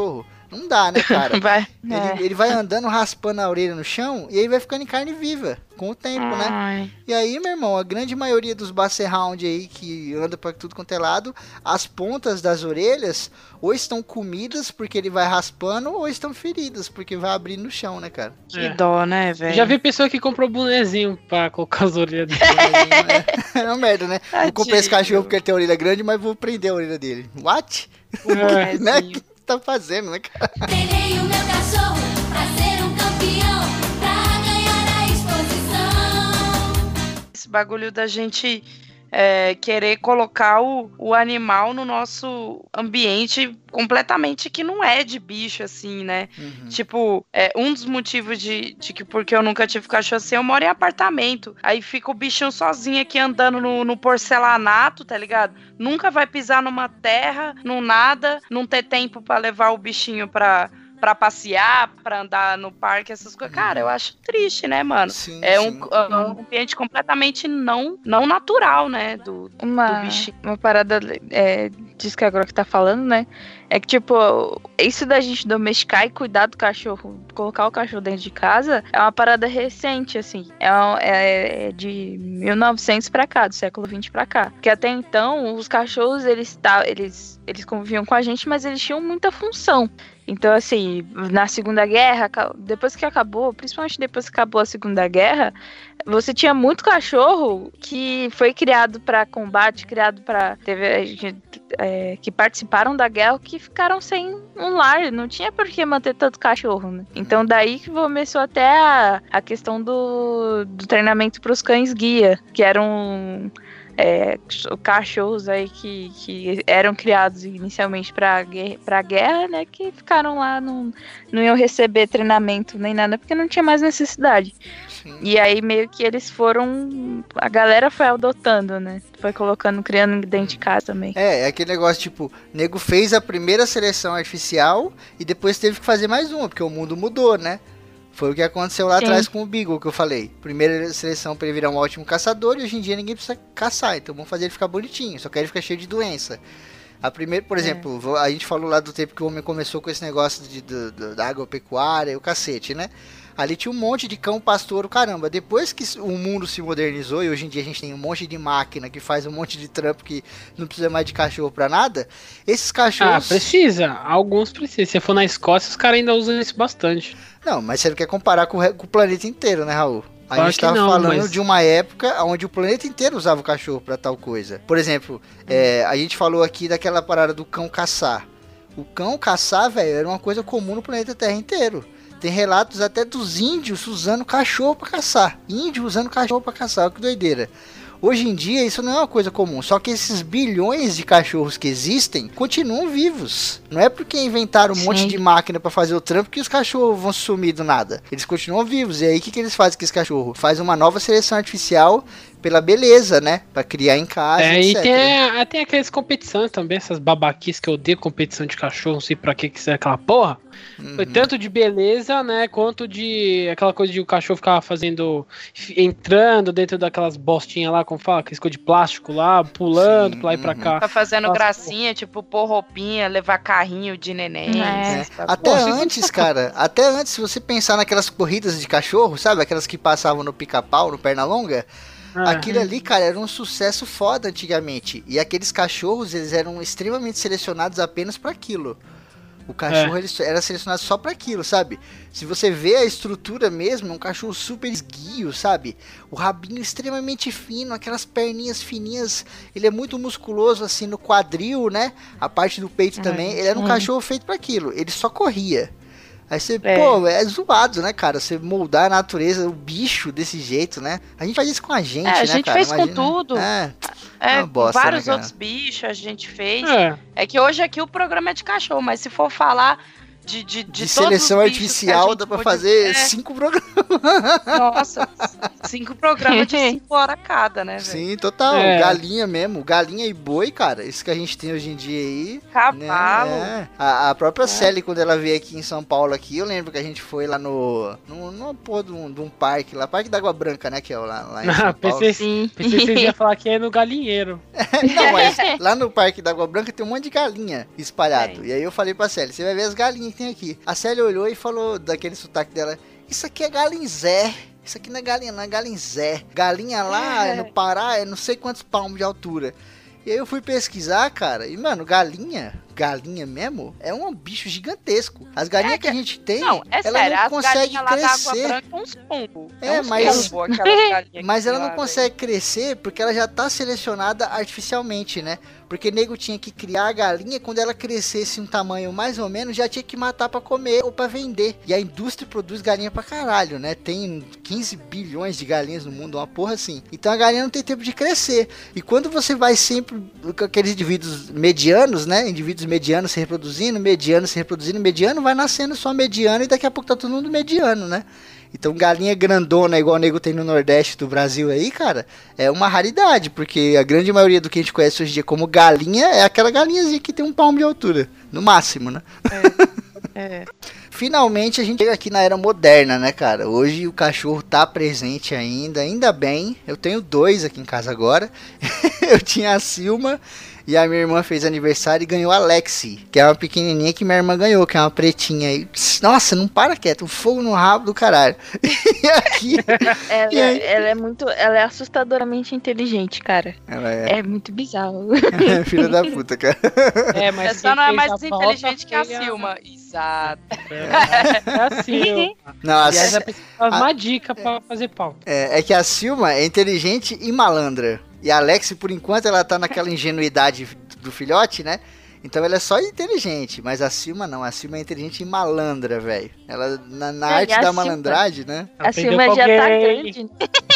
Não dá, né, cara? Vai. Ele vai andando, raspando a orelha no chão, e aí vai ficando em carne viva, com o tempo, né? Ai. E aí, meu irmão, a grande maioria dos Basset Hound aí, que anda pra tudo quanto é lado, as pontas das orelhas, ou estão comidas, porque ele vai raspando, ou estão feridas, porque vai abrindo no chão, né, cara? Que dó, né, velho? Já vi pessoa que comprou bonezinho pra colocar as orelhas dele. É uma merda, né? Vou comprar esse cachorro porque ele tem a orelha grande, mas vou prender a orelha dele. What? É. Né? O que você tá fazendo, né, cara? Treinei o meu cachorro pra ser um campeão, pra ganhar a exposição. Esse bagulho da gente querer colocar o animal no nosso ambiente completamente que não é de bicho, assim, né? Uhum. Tipo, um dos motivos de que porque eu nunca tive cachorro assim, eu moro em apartamento. Aí fica o bichinho sozinho aqui andando no porcelanato, tá ligado? Nunca vai pisar numa terra, num nada, não ter tempo pra levar o bichinho pra passear, pra andar no parque, essas coisas. Cara, eu acho triste, né, mano? Sim, É sim. um ambiente completamente não natural, né, do bichinho. Uma parada disso que agora que tá falando, né? É que, tipo, isso da gente domesticar e cuidar do cachorro, colocar o cachorro dentro de casa, é uma parada recente, assim. É de 1900 pra cá, do século 20 pra cá. Porque até então, os cachorros, eles conviviam com a gente, mas eles tinham muita função. Então, assim, na Segunda Guerra, depois que acabou, principalmente depois que acabou a Segunda Guerra, você tinha muito cachorro que foi criado para combate, criado para... que participaram da guerra, que ficaram sem um lar. Não tinha por que manter tanto cachorro, né? Então, daí que começou até a questão do treinamento para os cães guia, que eram... cachorros aí que eram criados inicialmente pra guerra, né, que ficaram lá, não iam receber treinamento nem nada, porque não tinha mais necessidade. Sim. E aí meio que eles a galera foi adotando, né, foi criando dentro de casa também. É aquele negócio, tipo, nego fez a primeira seleção artificial e depois teve que fazer mais uma, porque o mundo mudou, né? Foi o que aconteceu lá Sim. atrás com o Beagle, que eu falei. Primeira seleção pra ele virar um ótimo caçador, e hoje em dia ninguém precisa caçar, então vamos fazer ele ficar bonitinho, só que ele fica cheio de doença. A primeira, por exemplo, a gente falou lá do tempo que o homem começou com esse negócio da agropecuária e o cacete, né? Ali tinha um monte de cão pastor, caramba. Depois que o mundo se modernizou e hoje em dia a gente tem um monte de máquina que faz um monte de trampo que não precisa mais de cachorro pra nada, esses cachorros... Precisa. Alguns precisam. Se você for na Escócia, os caras ainda usam isso bastante. Não, mas você não quer comparar com o planeta inteiro, né, Raul? A Claro gente que tava não, falando mas- de uma época onde o planeta inteiro usava o cachorro pra tal coisa. Por exemplo, a gente falou aqui daquela parada do cão caçar. O cão caçar, velho, era uma coisa comum no planeta Terra inteiro. Tem relatos até dos índios usando cachorro pra caçar. Índio usando cachorro pra caçar, que doideira. Hoje em dia isso não é uma coisa comum, só que esses bilhões de cachorros que existem continuam vivos. Não é porque inventaram um monte de máquina pra fazer o trampo que os cachorros vão sumir do nada. Eles continuam vivos. E aí o que eles fazem com esse cachorro? Faz uma nova seleção artificial pela beleza, né? Pra criar em casa, E etc. tem aquelas competições também, essas babaquices que eu odeio competição de cachorro, não sei pra que serve aquela porra. Foi tanto de beleza, né, quanto de aquela coisa de o cachorro ficar entrando dentro daquelas bostinhas lá, como fala, aqueles coisa de plástico lá, pulando Sim, pra lá e pra cá. Tá fazendo Nossa, gracinha, tipo, pôr roupinha, levar carrinho de neném. É. Até Pô, antes, cara, se você pensar naquelas corridas de cachorro, sabe? Aquelas que passavam no pica-pau, no Pernalonga. Aquilo ali, cara, era um sucesso foda antigamente. E aqueles cachorros, eles eram extremamente selecionados apenas pra aquilo. O cachorro ele era selecionado só pra aquilo, sabe? Se você vê a estrutura mesmo, é um cachorro super esguio, sabe? O rabinho extremamente fino, aquelas perninhas fininhas. Ele é muito musculoso assim no quadril, né? A parte do peito também. Ele era um cachorro feito pra aquilo. Ele só corria. Aí você, pô, é zoado, né, cara? Você moldar a natureza, o bicho desse jeito, né? A gente faz isso com a gente, né, cara? A gente fez com tudo. Uma bosta, vários né, cara? outros bichos a gente fez. É que hoje aqui o programa é de cachorro, mas se for falar de todos seleção os bichos artificial, que a gente dá pra pôde- fazer 5 programas. Nossa, 5 programas de 5 horas cada, né, velho? Sim, total. Galinha mesmo. Galinha e boi, cara. Isso que a gente tem hoje em dia aí. Cavalo. Né? A própria Sally, quando ela veio aqui em São Paulo, aqui, eu lembro que a gente foi lá numa porra de um parque lá. Parque da Água Branca, né? Que é lá em São Paulo. Pensei que vocês iam falar que é no galinheiro. Não, mas lá no Parque da Água Branca tem um monte de galinha espalhado. E aí eu falei pra Sally, você vai ver as galinhas que tem aqui. A Célia olhou e falou daquele sotaque dela, isso aqui é galinzé. Isso aqui não é galinha, não é galinzé. Galinha lá no Pará é não sei quantos palmos de altura. E aí eu fui pesquisar, cara, e mano, galinha mesmo, é um bicho gigantesco. As galinhas que a gente tem, não, ela sério, não consegue crescer. Mas ela não consegue crescer porque ela já tá selecionada artificialmente, né? Porque nego tinha que criar a galinha, quando ela crescesse um tamanho mais ou menos, já tinha que matar pra comer ou pra vender. E a indústria produz galinha pra caralho, né? Tem 15 bilhões de galinhas no mundo, uma porra assim. Então a galinha não tem tempo de crescer. E quando você vai sempre com aqueles indivíduos medianos, né? Indivíduos medianos se reproduzindo, mediano vai nascendo só mediano e daqui a pouco tá todo mundo mediano, né? Então galinha grandona, igual o nego tem no Nordeste do Brasil aí, cara, é uma raridade, porque a grande maioria do que a gente conhece hoje em dia como galinha é aquela galinhazinha que tem um palmo de altura, no máximo, né? Finalmente a gente chega aqui na era moderna, né, cara? Hoje o cachorro tá presente ainda bem. Eu tenho 2 aqui em casa agora. Eu tinha a Silma e a minha irmã fez aniversário e ganhou a Lexi, que é uma pequenininha que minha irmã ganhou, que é uma pretinha aí. Nossa, não para quieto, um fogo no rabo do caralho. E aqui... Ela é assustadoramente inteligente, cara. Ela é muito bizarro. É filha da puta, cara. Mas só não é mais inteligente que a Silma. Exato. É assim. Nossa. Uma dica pra fazer pauta. É que a Silma é inteligente e malandra. E a Alex, por enquanto, ela tá naquela ingenuidade do filhote, né? Então ela é só inteligente, mas a Silma não. A Silma é inteligente e malandra, velho. Ela, na arte da malandragem, né? A Silma já tá grande.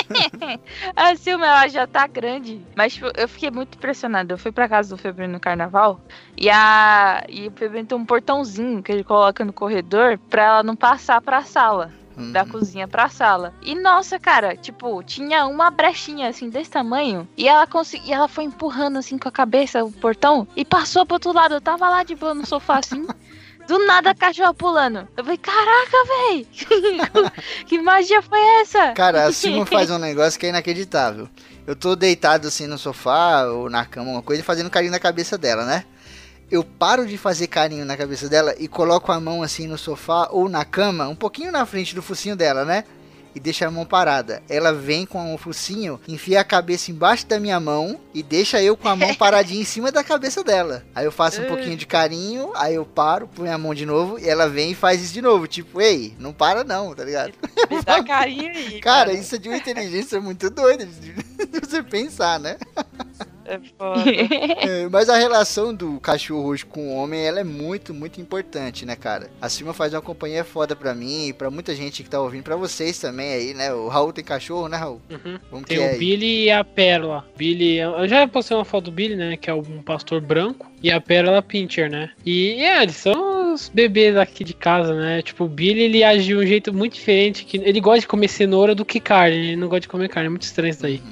A Silma, ela já tá grande. Mas tipo, eu fiquei muito impressionada. Eu fui pra casa do Febrino no carnaval e o Febrino tem um portãozinho que ele coloca no corredor pra ela não passar pra sala. Da cozinha pra sala. E nossa, cara, tipo, tinha uma brechinha assim desse tamanho. E ela foi empurrando assim com a cabeça o portão e passou pro outro lado. Eu tava lá de boa no sofá assim. Do nada a cachorra pulando. Eu falei, caraca, véi! Que magia foi essa? Cara, a Silma faz um negócio que é inacreditável. Eu tô deitado assim no sofá ou na cama, uma coisa, fazendo carinho na cabeça dela, né? Eu paro de fazer carinho na cabeça dela e coloco a mão assim no sofá ou na cama, um pouquinho na frente do focinho dela, né? E deixa a mão parada. Ela vem com o focinho, enfia a cabeça embaixo da minha mão e deixa eu com a mão paradinha em cima da cabeça dela. Aí eu faço um pouquinho de carinho, aí eu paro, ponho a mão de novo e ela vem e faz isso de novo. Tipo, ei, não para não, tá ligado? Me dá carinho aí. Cara, isso é de uma inteligência muito doida de você pensar, né? É foda. Mas a relação do cachorro hoje com o homem, ela é muito, muito importante, né, cara? A Silma faz uma companhia foda pra mim, pra muita gente que tá ouvindo, pra vocês também aí, né? O Raul tem cachorro, né, Raul? Uhum. Tem o Billy e a Pérola. Billy, eu já postei uma foto do Billy, né, que é um pastor branco, e a Pérola Pinscher, né? E eles são os bebês aqui de casa, né? Tipo, o Billy, ele age de um jeito muito diferente, que ele gosta de comer cenoura do que carne, ele não gosta de comer carne, é muito estranho isso daí.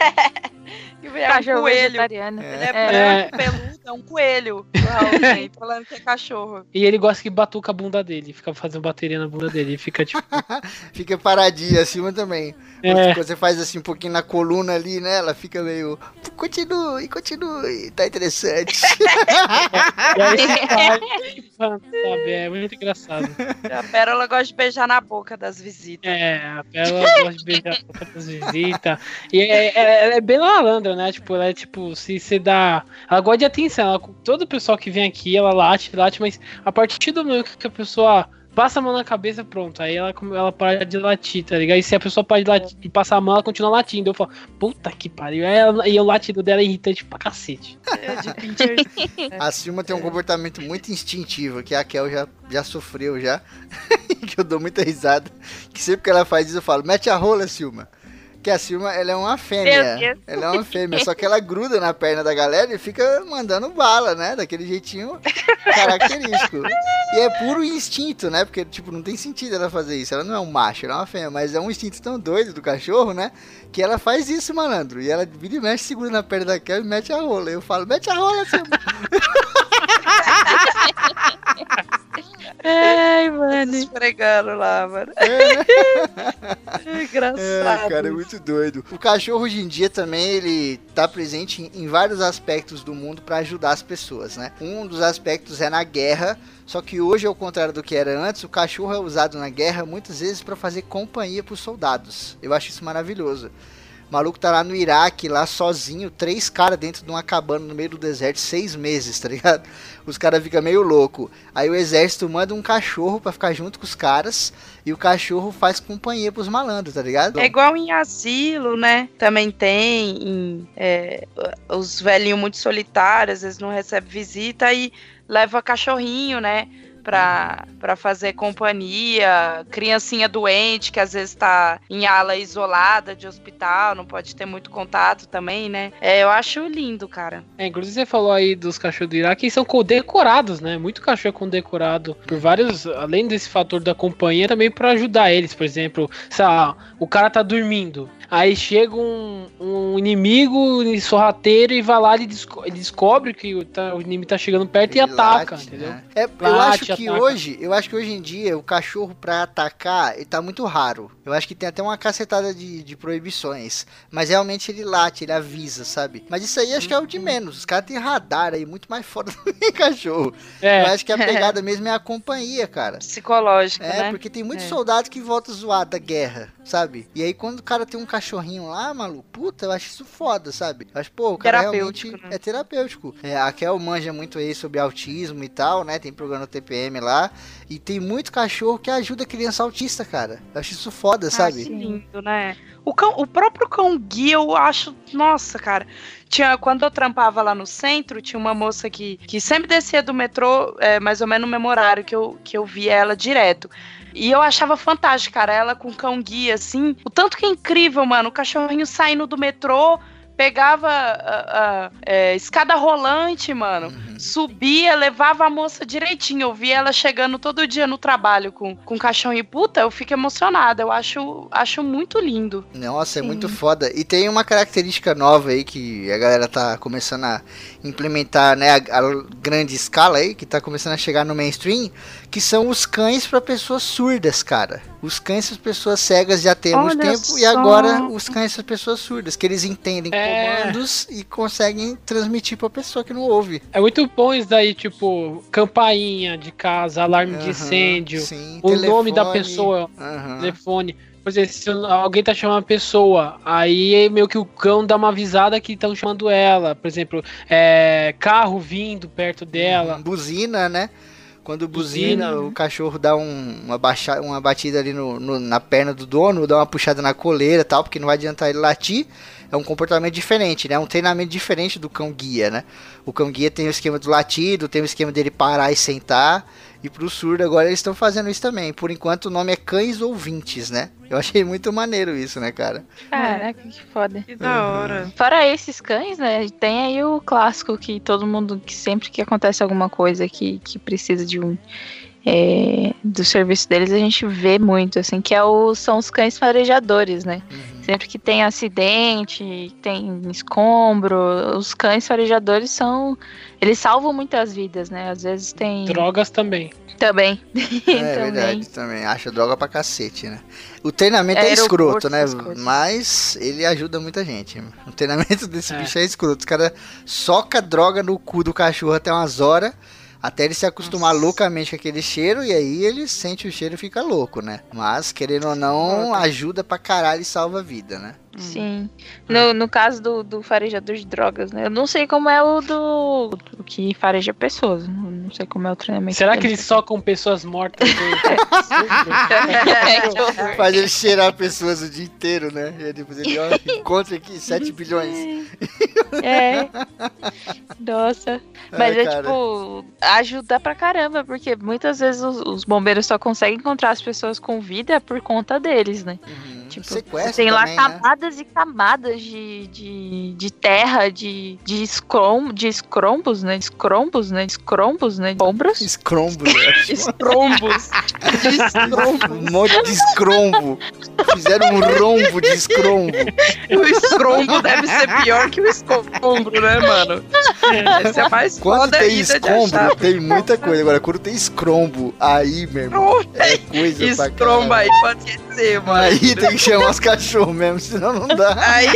É um coelho. Ele é branco, peludo, é um coelho. Falando que é cachorro. E ele gosta que batuca a bunda dele, fica fazendo bateria na bunda dele, fica tipo... Fica paradinha acima também. Quando você faz assim um pouquinho na coluna ali, né? Ela fica meio... Continue, tá interessante. E aí sabe? É muito engraçado. A Pérola gosta de beijar na boca das visitas. A Pérola gosta de beijar na boca das visitas. E ela é bem malandra, né? Tipo, ela é tipo, se você dá... Ela gosta de atenção. Todo o pessoal que vem aqui, ela late, mas a partir do momento que a pessoa passa a mão na cabeça, pronto. Aí ela para de latir, tá ligado? E se a pessoa para de passar a mão, ela continua latindo. Eu falo, puta que pariu. E o latido dela é irritante pra cacete. A Silma tem um comportamento muito instintivo, que a Kel já sofreu já. Que eu dou muita risada. Que sempre que ela faz isso, eu falo, mete a rola, Silma. Que a Silma, ela é uma fêmea. Ela é uma fêmea, só que ela gruda na perna da galera e fica mandando bala, né? Daquele jeitinho característico. E é puro instinto, né? Porque, tipo, não tem sentido ela fazer isso. Ela não é um macho, ela é uma fêmea, mas é um instinto tão doido do cachorro, né? Que ela faz isso, malandro. E ela vira e mexe, segura na perna daquela e mete a rola. Eu falo, mete a rola, Silma. Ai, mano. Esfregando lá, mano. Engraçado. Cara, é muito doido. O cachorro hoje em dia também, ele tá presente em vários aspectos do mundo pra ajudar as pessoas, né? Um dos aspectos é na guerra, só que hoje, ao contrário do que era antes, o cachorro é usado na guerra muitas vezes pra fazer companhia pros soldados. Eu acho isso maravilhoso. O maluco tá lá no Iraque, lá sozinho, 3 caras dentro de uma cabana no meio do deserto, 6 meses, tá ligado? Os caras ficam meio louco. Aí o exército manda um cachorro pra ficar junto com os caras, e o cachorro faz companhia pros malandros, tá ligado? É igual em asilo, né? Também tem os velhinhos muito solitários, às vezes não recebem visita e leva cachorrinho, né? Pra fazer companhia, criancinha doente que às vezes tá em ala isolada de hospital, não pode ter muito contato também, né? Eu acho lindo, cara. Inclusive você falou aí dos cachorros do Iraque, que são condecorados, né? Muito cachorro é condecorado por vários, além desse fator da companhia, também pra ajudar eles. Por exemplo, sei lá, o cara tá dormindo, aí chega um inimigo sorrateiro e vai lá e ele descobre que o inimigo tá chegando perto e ataca, late, entendeu? né? Eu acho que hoje em dia o cachorro pra atacar ele tá muito raro. Eu acho que tem até uma cacetada de proibições. Mas realmente ele late, ele avisa, sabe? Mas isso aí acho que é o de menos. Os caras têm radar aí muito mais foda do que cachorro. Eu acho que a pegada mesmo é a companhia, cara. Psicológica, né? Porque tem muitos soldados que voltam zoados da guerra, sabe? E aí quando o cara tem um cachorrinho lá, maluco, puta, eu acho isso foda, sabe? Eu acho, pô, o cara realmente é terapêutico. A Kel manja muito aí sobre autismo e tal, né? Tem programa no TPM lá. E tem muito cachorro que ajuda a criança autista, cara. Eu acho isso foda, sabe? Que lindo, né? O próprio cão guia, eu acho... Nossa, cara. Quando eu trampava lá no centro, tinha uma moça que sempre descia do metrô, mais ou menos no mesmo horário que eu via ela direto. E eu achava fantástico, cara, ela com cão guia, assim. O tanto que é incrível, mano. O cachorrinho saindo do metrô, pegava escada rolante, mano. Subia, levava a moça direitinho. Eu via ela chegando todo dia no trabalho com cachorrinho. Puta, eu fico emocionada. Eu acho muito lindo. Nossa, é muito foda. E tem uma característica nova aí que a galera tá começando a implementar, né, a grande escala aí, que tá começando a chegar no mainstream, que são os cães pra pessoas surdas, cara. Os cães para pessoas cegas já tem há muito tempo, e agora os cães para pessoas surdas, que eles entendem comandos e conseguem transmitir pra pessoa que não ouve. É muito bom isso daí, tipo, campainha de casa, alarme de incêndio, o telefone, nome da pessoa, telefone. Por exemplo, se alguém tá chamando a pessoa, aí meio que o cão dá uma avisada que estão chamando ela. Por exemplo, carro vindo perto dela. Buzina, né? Quando buzina, o cachorro dá uma batida ali na perna do dono, dá uma puxada na coleira e tal, porque não vai adiantar ele latir. É um comportamento diferente, né? É um treinamento diferente do cão guia, né? O cão guia tem o esquema do latido, tem o esquema dele parar e sentar. E pro surdo agora eles estão fazendo isso também. Por enquanto o nome é cães ouvintes, né? Eu achei muito maneiro isso, né, cara? Caraca, que foda. Que da hora. Fora esses cães, né? Tem aí o clássico que todo mundo, que sempre que acontece alguma coisa que precisa de do serviço deles, a gente vê muito, assim, que são os cães farejadores, né? Sempre que tem acidente, tem escombro, os cães farejadores eles salvam muitas vidas, né? Às vezes tem... Drogas também. Também. Verdade, também. Acha droga pra cacete, né? O treinamento é escroto, né? Mas ele ajuda muita gente. O treinamento desse bicho é escroto. Os caras socam droga no cu do cachorro até umas horas, até ele se acostumar loucamente com aquele cheiro, e aí ele sente o cheiro e fica louco, né? Mas, querendo ou não, ajuda pra caralho e salva a vida, né? Sim. No caso do farejador de drogas, né? Eu não sei como é o do que fareja pessoas. Não sei como é o treinamento. Será que eles socam pessoas mortas? Faz ele cheirar pessoas o dia inteiro, né? E depois ele encontra aqui 7 bilhões. Nossa. Mas tipo, ajuda pra caramba, porque muitas vezes os bombeiros só conseguem encontrar as pessoas com vida por conta deles, né? Tipo, Sequestro tem lá também, né? camadas e camadas de terra, de escrombos, né? Escrombos, Ombros. Escrombo, né? Estrombos. Um monte de escrombo. Fizeram um rombo de escrombo. O escrombo deve ser pior que o escombro, né, mano? Esse é mais Quando foda tem ainda de escombro, achar. tem muita coisa. Agora, quando tem escrombo, aí, meu irmão, é coisa pra Escrombo caralho. aí, pode esquecer, mano. Aí tem que chamar os cachorros mesmo, senão não dá. Aí,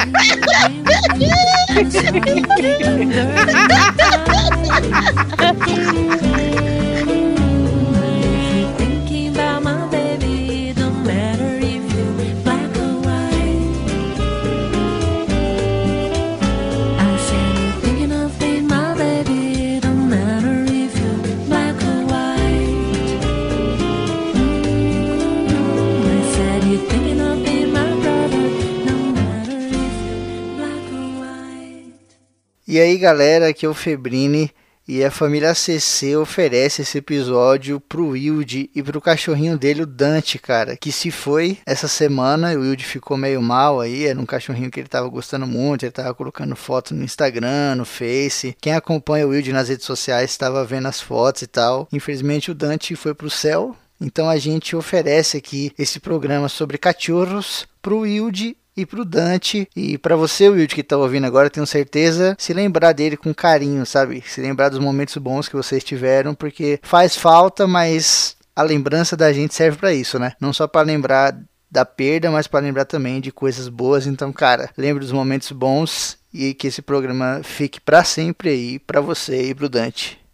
Thinking about my baby, don't matter if you're black or white. I said you're thinking of being my baby, don't matter if you're black or white. I said you're thinking of being my brother, no matter if you're black or white. E aí, galera, aqui é o Febrini. E a família CC oferece esse episódio pro Wilde e pro cachorrinho dele, o Dante, cara, que se foi essa semana. O Wilde ficou meio mal aí, era um cachorrinho que ele tava gostando muito, ele tava colocando foto no Instagram, no Face. Quem acompanha o Wilde nas redes sociais estava vendo as fotos e tal. Infelizmente o Dante foi pro céu, então a gente oferece aqui esse programa sobre cachorros pro Wilde e pro Dante, e pra você, Wilde, que tá ouvindo agora, tenho certeza, se lembrar dele com carinho, sabe? Se lembrar dos momentos bons que vocês tiveram, porque faz falta, mas a lembrança da gente serve pra isso, né? Não só pra lembrar da perda, mas pra lembrar também de coisas boas. Então, cara, lembre dos momentos bons e que esse programa fique pra sempre aí pra você e pro Dante.